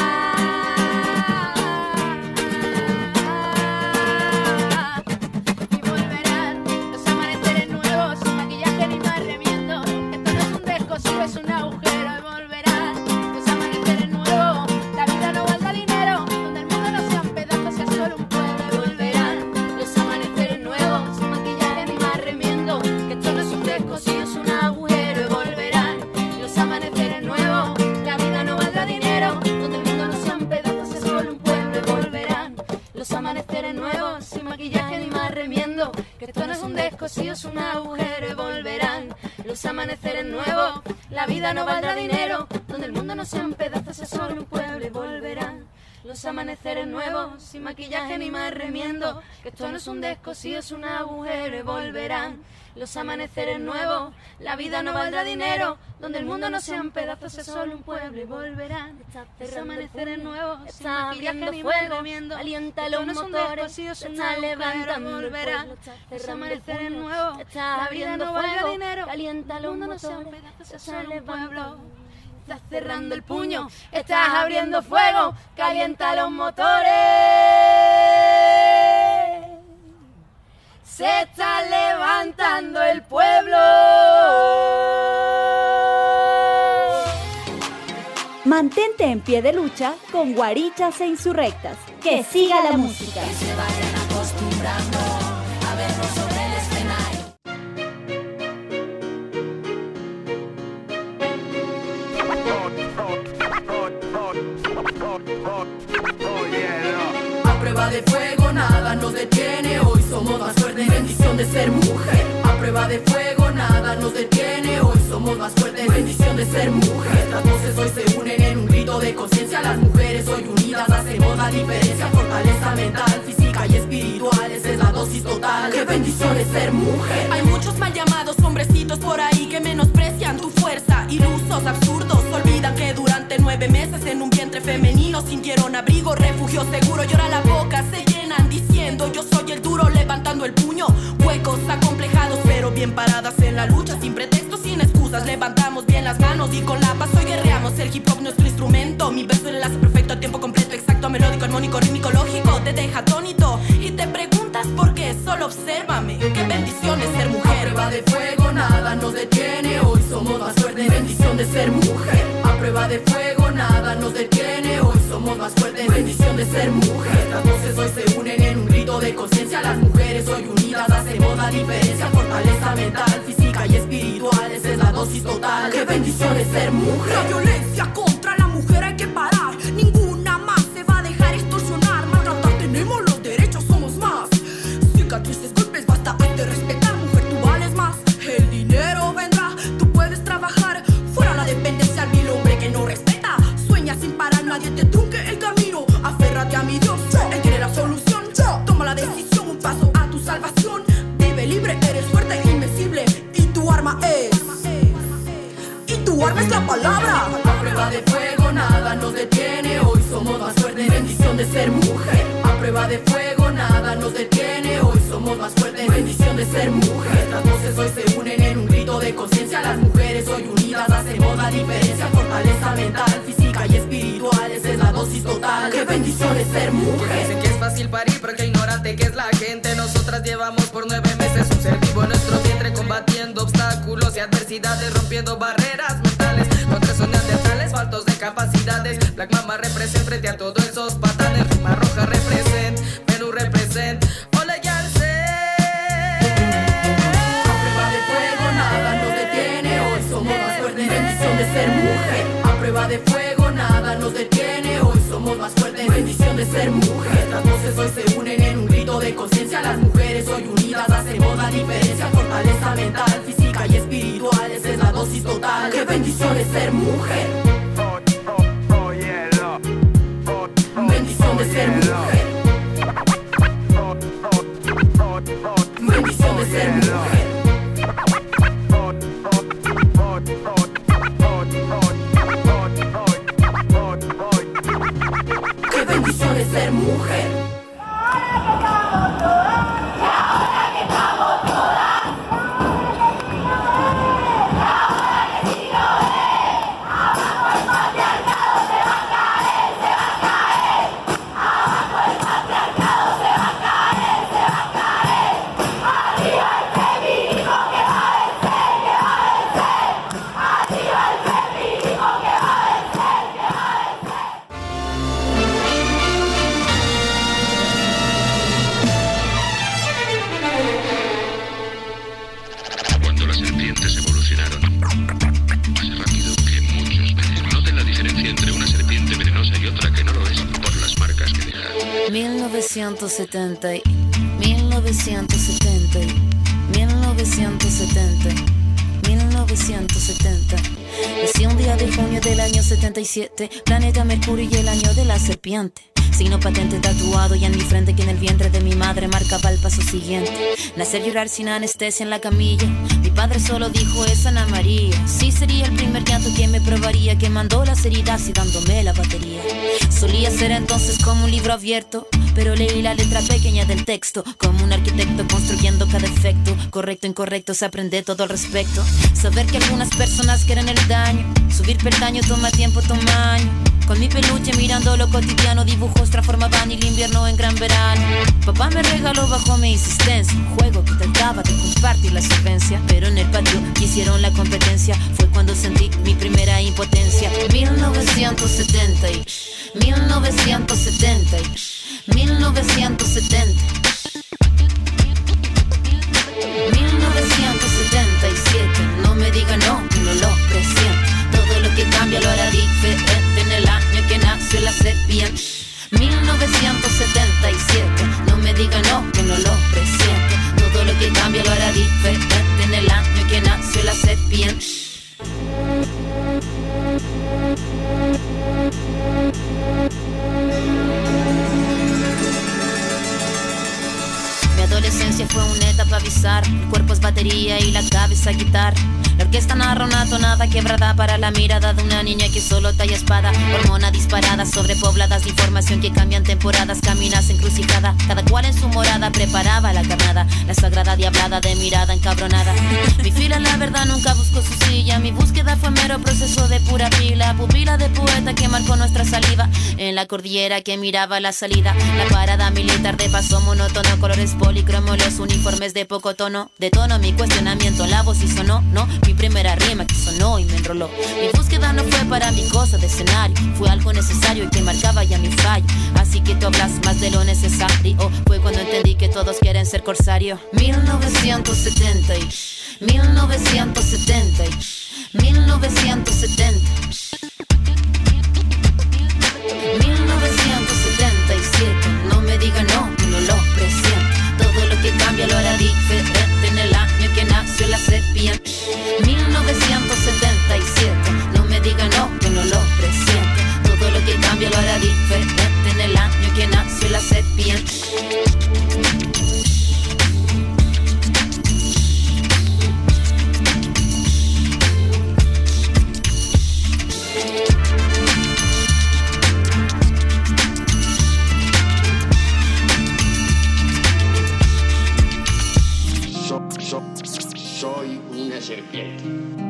Speaker 4: Y volverán los amaneceres nuevos, sin maquillaje ni más remiendo. Esto no es un descosido, es un agujero. Y volverán los amaneceres nuevos. La vida no valga dinero, donde el mundo no sean pedazos, es solo un pueblo. Y volverán los amaneceres nuevos, sin maquillaje ni más remiendo. Que esto no es un descosido, es un agujero. Y volverán los amaneceres nuevos. La vida no valdrá dinero, donde el mundo no sean pedazos, es solo un pueblo. Y volverán los amaneceres nuevos, sin maquillaje ni más remiendo. Que esto no es un descosido, es un agujero. Y volverán los amaneceres nuevos. La vida no valdrá dinero, donde el mundo no sean pedazos, es solo un pueblo. Y volverán los amaneceres nuevos, sin maquillaje ni más remiendo. Que esto no es un descosido, es un agujero. Y volverán los amaneceres nuevos. La vida no valdrá dinero, donde el mundo no sean pedazos, es solo un pueblo. Y volverán los amaneceres nuevos, sin maquillaje ni más remiendo. Alienta los motores, está levantando. Volverán los amaneceres nuevos. La vida no valdrá dinero, alienta los motores, es solo un pueblo. Estás cerrando el puño, estás abriendo fuego, calienta los motores. Se está levantando el pueblo.
Speaker 5: Mantente en pie de lucha con Guarichas e Insurrectas. Que siga la música.
Speaker 8: Que se vayan acostumbrando a vernos sobre el escenario.
Speaker 1: A prueba de fuego nada nos detiene, hoy somos más fuertes, bendición de ser mujer. A prueba de fuego nada nos detiene, hoy somos más fuertes, bendición de ser mujer. Las voces hoy se unen en un grito de conciencia, las mujeres hoy unidas hacemos la diferencia. Fortaleza mental, física y espiritual, esa es la dosis total. Qué bendición es ser mujer.
Speaker 6: Hay muchos mal llamados hombrecitos por ahí que menosprecian tu fuerza, ilusos, absurdos, olvidan que durante 9 meses en un vientre femenino sintieron abrigo, refugio seguro. Llora la boca, se llenan diciendo yo soy el duro, levantando el puño. Huecos acomplejados pero bien paradas en la lucha, sin pretextos, sin excusas. Levantamos bien las manos y con la paz hoy guerreamos. El hip hop nuestro instrumento, mi verso el enlace perfecto a tiempo completo, exacto, melódico, armónico, rítmico, lógico. Te deja atónito y te preguntas por qué, solo obsérvame. Qué bendición es ser mujer.
Speaker 1: A prueba de fuego nada nos detiene, hoy somos más fuertes, bendición de ser mujer. A prueba de fuego nada nos detiene, hoy somos más fuertes, bendición de ser mujer. Las voces hoy se unen en un grito de conciencia, las mujeres hoy unidas hacemos la diferencia. Fortaleza mental, física y espiritual, esa es la dosis total. Qué bendición es ser mujer.
Speaker 6: La violencia contra la mujer hay que parar, ninguna más se va a dejar extorsionar. Maltratar, tenemos los derechos, somos más. Cicatrices, golpes, basta, hazte respetar. Mujer, tú vales más, el dinero vendrá, tú puedes trabajar. Fuera la dependencia, el hombre que no respeta. Sueña sin parar, nadie te trunque el camino. Aférrate a mi Dios, Él tiene la solución. Toma la decisión, un paso a tu salvación. Vive libre, eres fuerte e invencible, y tu arma es es la palabra. A prueba de fuego nada nos detiene, hoy somos más fuertes, bendición de ser mujer. A prueba de fuego nada nos detiene, hoy somos más fuertes, bendición de ser mujer. Las voces hoy se unen en un grito de conciencia, las mujeres hoy unidas hacemos la diferencia. Fortaleza mental, física y espiritual, esa es la dosis total. Qué bendición es ser mujer.
Speaker 1: Dicen que es fácil parir, pero que ignorante que es la gente. Nosotras llevamos por 9 meses un ser vivo en nuestro vientre, combatiendo obstáculos y adversidades, rompiendo barreras mentales contra esos neandertales faltos de capacidades. Black Mama represent frente a todos esos patanes. Rima roja represent, Perú represent. Ole Yarse.
Speaker 6: A prueba de fuego nada nos detiene, hoy somos más fuertes, bendición de ser mujer. A prueba de fuego nada nos detiene, hoy somos más fuertes, bendición de ser mujer. Las voces hoy se unen en un grito de conciencia, las mujeres hoy unidas hacemos la diferencia. Fortaleza mental, física y espiritual, esa es la dosis total. Qué bendición es ser mujer. Bendición de ser mujer. Bendición de ser mujer. Qué bendición es ser mujer.
Speaker 3: Nací un día de junio del año 77, planeta Mercurio y el año de la serpiente. Signo patente tatuado y en mi frente que en el vientre de mi madre marcaba el paso siguiente. Nacer, llorar sin anestesia en la camilla. Mi padre solo dijo es Ana María. Sí, sería el primer llanto que me probaría, que mandó las heridas y dándome la batería. Solía ser entonces como un libro abierto, pero leí la letra pequeña del texto, como un arquitecto construyendo cada efecto. Correcto, incorrecto, se aprende todo al respecto. Saber que algunas personas quieren el daño, subir peldaño toma tiempo, toma año. Con mi peluche mirando lo cotidiano, dibujos transformaban el invierno en gran verano. Papá me regaló bajo mi insistencia un juego que trataba de compartir la solvencia, pero en el patio hicieron la competencia. Fue cuando sentí mi primera impotencia. 1970 y 1970 y 1970 1977. No me diga no, no lo presiento. Todo lo que cambia lo hará diferente en el año que nació la serpiente. 1977. No me diga no, que no lo presiento. Todo lo que cambia lo hará diferente en el año que nació la serpiente. Mi adolescencia fue una etapa bizarra. El cuerpo es batería y la cabeza guitarra. La orquesta narra una tonada quebrada para la mirada de una niña que solo talla espada. Hormona disparada, sobrepobladas de información que cambian temporadas. Caminas encrucijada, cada cual en su morada preparaba la carnada. La sagrada diablada de mirada encabronada. Mi fila la verdad nunca buscó su silla. Mi búsqueda fue mero proceso de pura pila. Pupila de poeta que marcó nuestra saliva. En la cordillera que miraba la salida. La parada militar de paso monótono. Colores policromos, los uniformes de poco tono. De tono mi cuestionamiento, la voz y sonó, no. Mi primera rima que sonó y me enroló. Mi búsqueda no fue para mi cosa de escenario, fue algo necesario y que marcaba ya mi fallo. Así que tú hablas más de lo necesario. Fue cuando entendí que todos quieren ser corsario. 1970 y 1970 y 1970 1977. No me diga no, que no lo presiento. Todo lo que cambia lo hará diferente en el año que nació la serpiente. 1977. No me diga no, que no lo presiento. Todo lo que cambia lo hará diferente en el año que nació la serpiente.
Speaker 7: serpiente.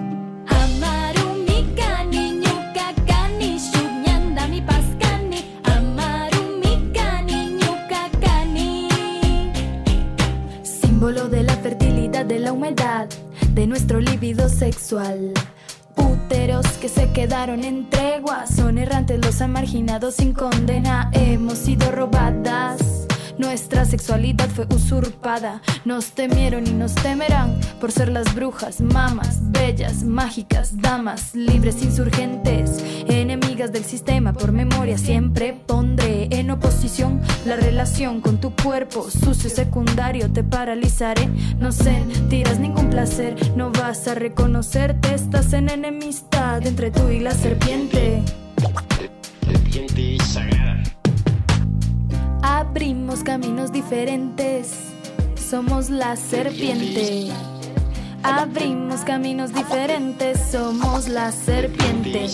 Speaker 9: Símbolo de la fertilidad, de la humedad, de nuestro líbido sexual. Úteros que se quedaron en tregua, son errantes los han marginado sin condena. Hemos sido robadas, nuestra sexualidad fue usurpada. Nos temieron y nos temerán por ser las brujas, mamas, bellas, mágicas, damas, libres, insurgentes, enemigas del sistema. Por memoria siempre pondré en oposición la relación con tu cuerpo sucio y secundario. Te paralizaré, no sentirás ningún placer, no vas a reconocerte, estás en enemistad entre tú y la serpiente.
Speaker 7: Serpiente sagrada.
Speaker 9: Abrimos caminos diferentes, somos la serpiente. Abrimos caminos diferentes, somos la serpiente.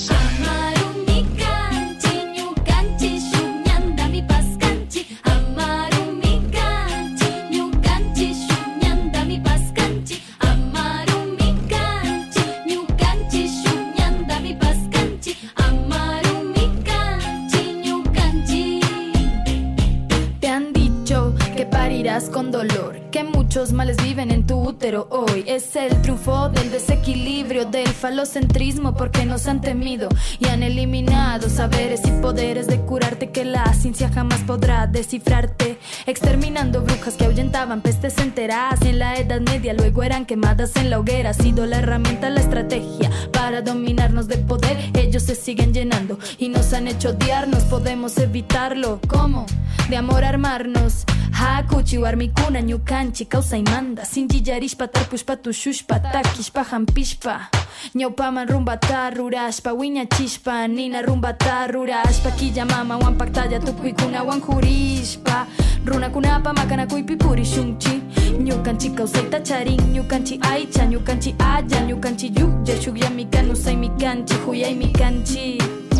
Speaker 9: Con dolor, que muchos males viven en tu útero hoy. Es el triunfo del desequilibrio, del falocentrismo, porque nos han temido y han eliminado saberes y poderes de curarte que la ciencia jamás podrá descifrarte. Exterminando brujas que ahuyentaban pestes enteras y en la Edad Media luego eran quemadas en la hoguera. Ha sido la herramienta, la estrategia para dominarnos de poder. Ellos se siguen llenando y nos han hecho odiarnos. Podemos evitarlo, ¿cómo? De amor armarnos. Hakuchi warmikuna ñukanchi causa y manda sinji yarishpa tarpushpa tushushpa takishpa hampishpa ñawpaman rumbata rurashpa wiñachishpa nina rumbata rurashpa killamama wanpaktalla tukuykunawan jurishpa runakunapa makanakuypi purishunchi ñukanchi causayta charin ñukanchi aycha ñukanchi aya ñukanchi yuklla shukyami usaymi kanchi huyaymi kanchi.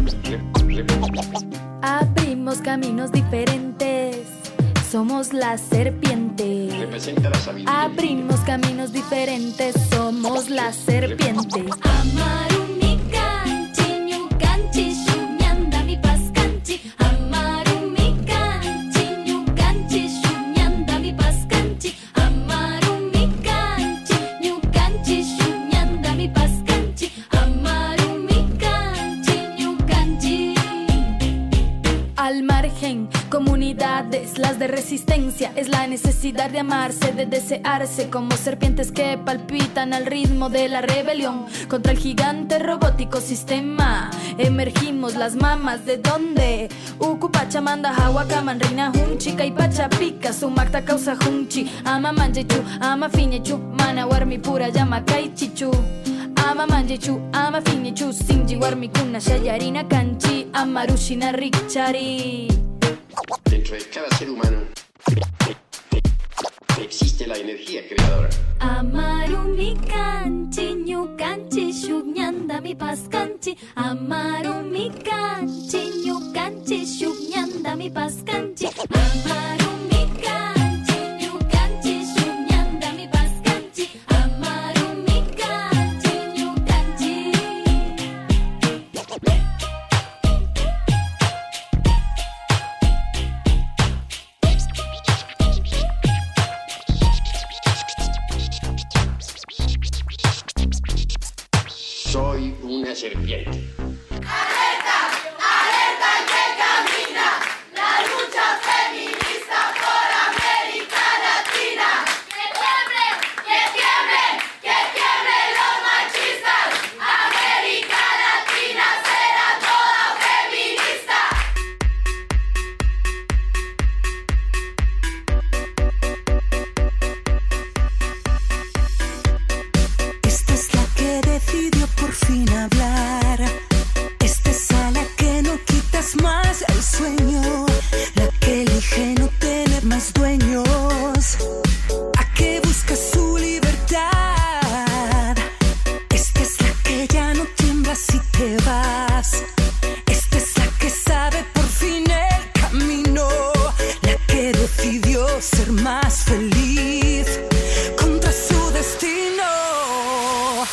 Speaker 9: Abrimos caminos diferentes, somos la serpiente.
Speaker 7: Representa la sabiduría.
Speaker 9: Abrimos caminos diferentes, somos la serpiente. Amarumi kanchi, ñukanchi, shuñanda mi pascanchi. Amarumi kanchi, ñukanchi, shuñanda mi pascanchi. Amarumi kanchi, ñukanchi, shuñanda mi pascanchi. Amarumi kanchi, ñukanchi. Al margen, comunidades, las de resistencia, es la necesidad de amarse, de desearse, como serpientes que palpitan al ritmo de la rebelión contra el gigante robótico sistema. Emergimos las mamas, ¿de dónde? Ukupachamanda, Hawakaman, Reina Hunchi, Kaipachapica, Sumakta causa Hunchi, Ama Manjechu, Ama Finechu, Mana Warmi pura llama Kaichichu. Ama Manjechu, Ama Finechu, Sinji Warmi Kuna, Shayarina Kanchi, Amarushina Rikchari.
Speaker 7: Dentro de cada ser humano existe la energía creadora.
Speaker 9: Amarumi kanchi, ñukanchi, shuñanda mi pascanchi. Amarumi kanchi, ñukanchi, shuñanda mi pascanchi. Amarumi kanchi, ñukanchi, shuñanda mi pascanchi. Amarumi kanchi, ñukanchi.
Speaker 7: Soy una serpiente.
Speaker 8: ¡Alerta! ¡Alerta que camina! La lucha feminista por América Latina. ¡Que tiemble! ¡Que tiemble! ¡Que tiemble los machistas! América Latina será toda feminista.
Speaker 10: Esta es la que decidió por fin hablar. Esta es a la que no quitas más el sueño, la que elige no tener más dueños, a que busca su libertad. Esta es la que ya no tiembla si te vas. Esta es la que sabe por fin el camino, la que decidió ser más feliz contra su destino.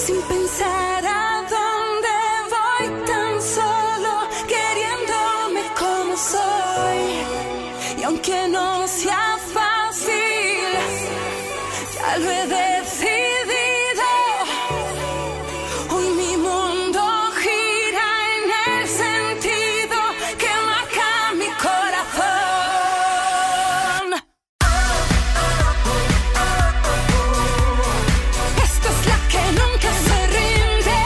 Speaker 10: sin pensar a dónde voy, tan solo queriéndome como soy. Y aunque no sea fácil, ya lo he decidido. Hoy mi mundo gira en el sentido que marca mi corazón. Esta es la que nunca se rinde.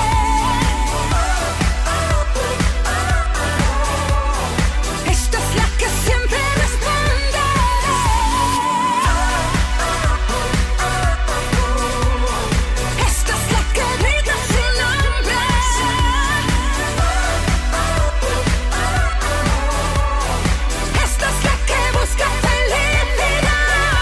Speaker 10: Esta es la que siempre responde. Esta es la que grita su nombre. Esta es la que busca felicidad.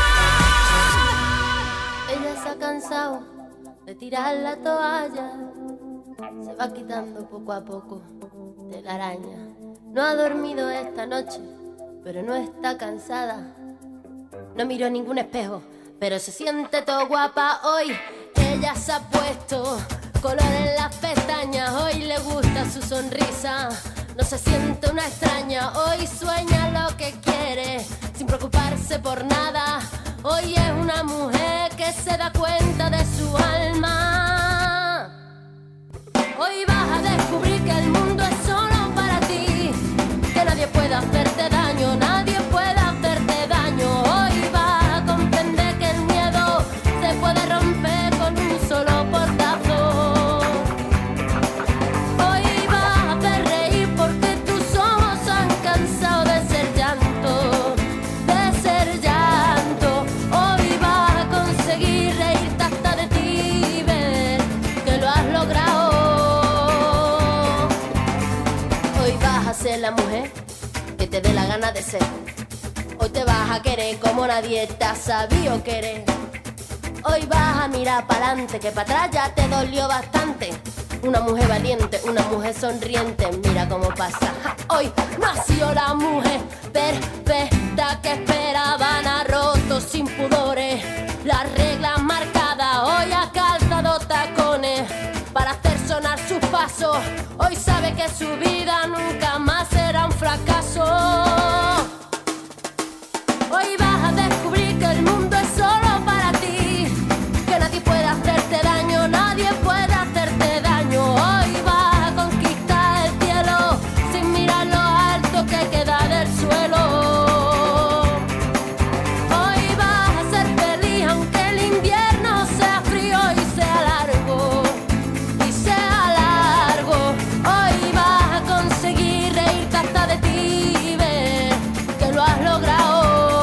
Speaker 11: Ella se ha cansado de tirar la toalla, se va quitando poco a poco de la araña. No ha dormido esta noche, pero no está cansada. No miró ningún espejo, pero se siente todo guapa hoy. Ella se ha puesto color en las pestañas, hoy le gusta su sonrisa. No se siente una extraña, hoy sueña lo que quiere, sin preocuparse por nada. Hoy es una mujer que se da cuenta de su alma. Hoy vas a descubrir que el mundo es solo para ti, que nadie puede hacerte daño, nadie puede hacerte daño. Hoy vas a comprender que el miedo se puede romper con un solo portazo. Hoy vas a hacer reír porque tus ojos han cansado de ser llanto, de ser llanto. Hoy vas a conseguir reírte hasta de ti y ver que lo has logrado. Hoy vas a ser la mujer que te dé la gana de ser. Hoy te vas a querer como nadie te ha sabido querer. Hoy vas a mirar para adelante, que para atrás ya te dolió bastante. Una mujer valiente, una mujer sonriente, mira cómo pasa. Hoy nació la mujer perfecta que esperaban, ha roto sin pudores las reglas marcadas. Hoy ha calzado tacones para hacer sonar sus pasos. Hoy sabe que su vida nunca más será un fracaso. Hoy vas a descubrir que el mundo es solo para ti, que nadie puede hacerte daño, nadie puede hacerte daño. Hoy vas a conquistar el cielo sin mirar lo alto que queda del suelo. Hoy vas a ser feliz aunque el invierno sea frío y sea largo, y sea largo. Hoy vas a conseguir reírte hasta de ti y ver que lo has logrado.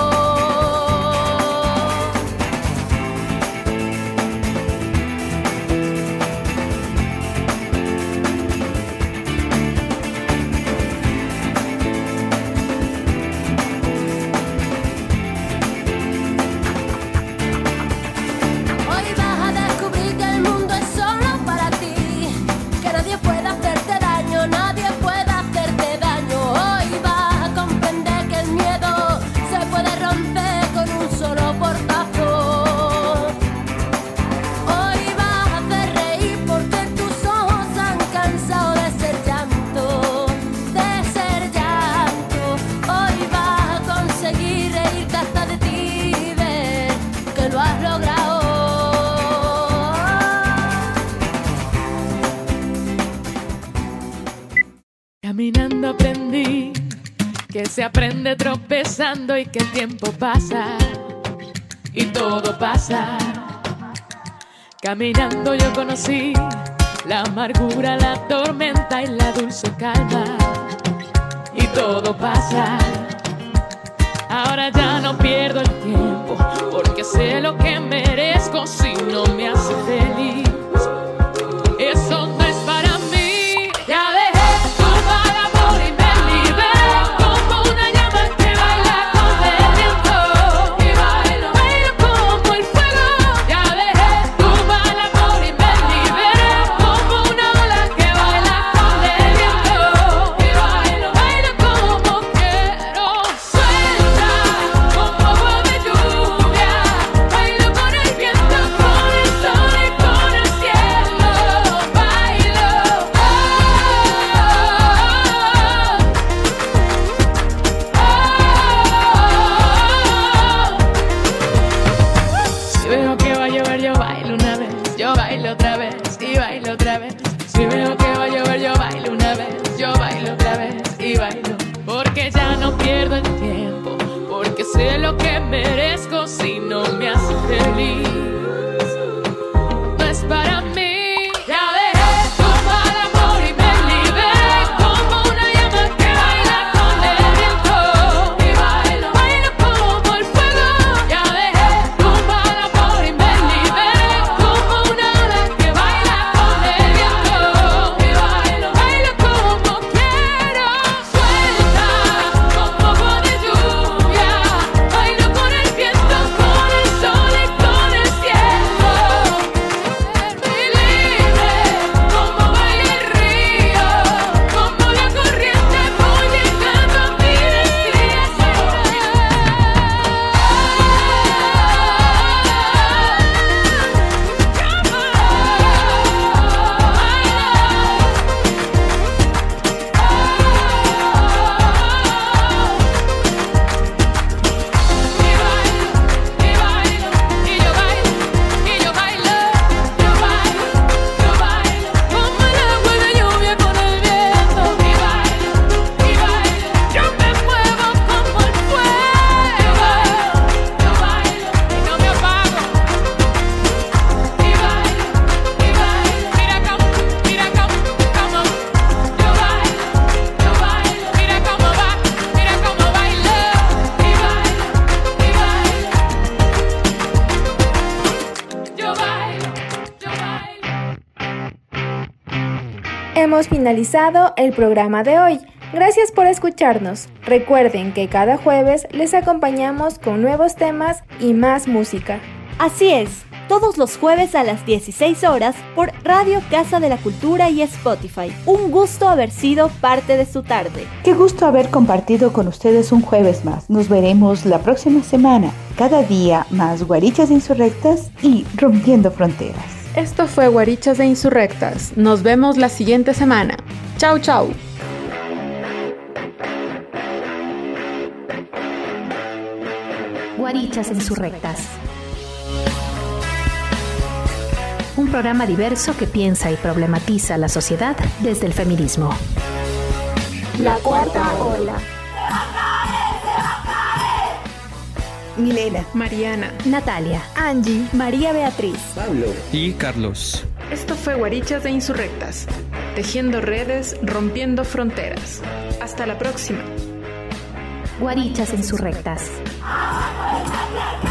Speaker 11: Hoy vas a descubrir que el mundo es solo para ti, que nadie puede hacerte daño, nadie puede hacerte daño. Hoy vas a comprender que el miedo se puede romper con un solo portazo. Hoy vas a hacer reír porque tus ojos han cansado de ser llanto, de ser llanto. Hoy vas a conseguir reírte hasta de ti y ver que lo has logrado.
Speaker 13: Caminando aprendí que se aprende tropezando y que el tiempo pasa y todo pasa. Caminando yo conocí la amargura, la tormenta y la dulce calma y todo pasa. Ahora ya no pierdo el tiempo porque sé lo que merezco si no me hace feliz. Eso no es para mí. Ya dejé todo el amor y me liberé como una llama que baila con el viento. Y bailo, bailo como el fuego. Ya dejé todo el amor y me liberé como una ola que baila con el viento. Y bailo, bailo como quiero. Suelta como agua de lluvia. Bailo con el viento, con el sol y con el merezco si no me hace feliz. No es para mí. Ya dejé tu mal amor y me liberé como una llama que baila con el viento. Y bailo, bailo como el fuego. Ya dejé tu mal amor y me liberé como una ola que baila con el viento. Y bailo, bailo como quiero. Suelta como agua de lluvia. Bailo con el viento, con el sol y con el cielo. Ser libre como baila el río, como la corriente voy llegando a mi
Speaker 2: Hemos finalizado el programa de hoy. Gracias por escucharnos. Recuerden que cada jueves les acompañamos con nuevos temas y más música.
Speaker 5: Así es, todos los jueves a las 16 horas por Radio Casa de la Cultura y Spotify. Un gusto haber sido parte de su tarde.
Speaker 14: Qué gusto haber compartido con ustedes un jueves más. Nos veremos la próxima semana. Cada día más Guarichas Insurrectas y Rompiendo Fronteras.
Speaker 15: Esto fue Guarichas e Insurrectas. Nos vemos la siguiente semana. Chau, chau.
Speaker 16: Guarichas e Insurrectas. Un programa diverso que piensa y problematiza la sociedad desde el feminismo.
Speaker 11: La cuarta ola.
Speaker 2: Milena,
Speaker 15: Mariana,
Speaker 16: Natalia,
Speaker 2: Angie,
Speaker 5: María Beatriz,
Speaker 17: Pablo
Speaker 20: y Carlos.
Speaker 15: Esto fue Guarichas e Insurrectas, tejiendo redes, rompiendo fronteras. Hasta la próxima.
Speaker 16: Guarichas e Insurrectas.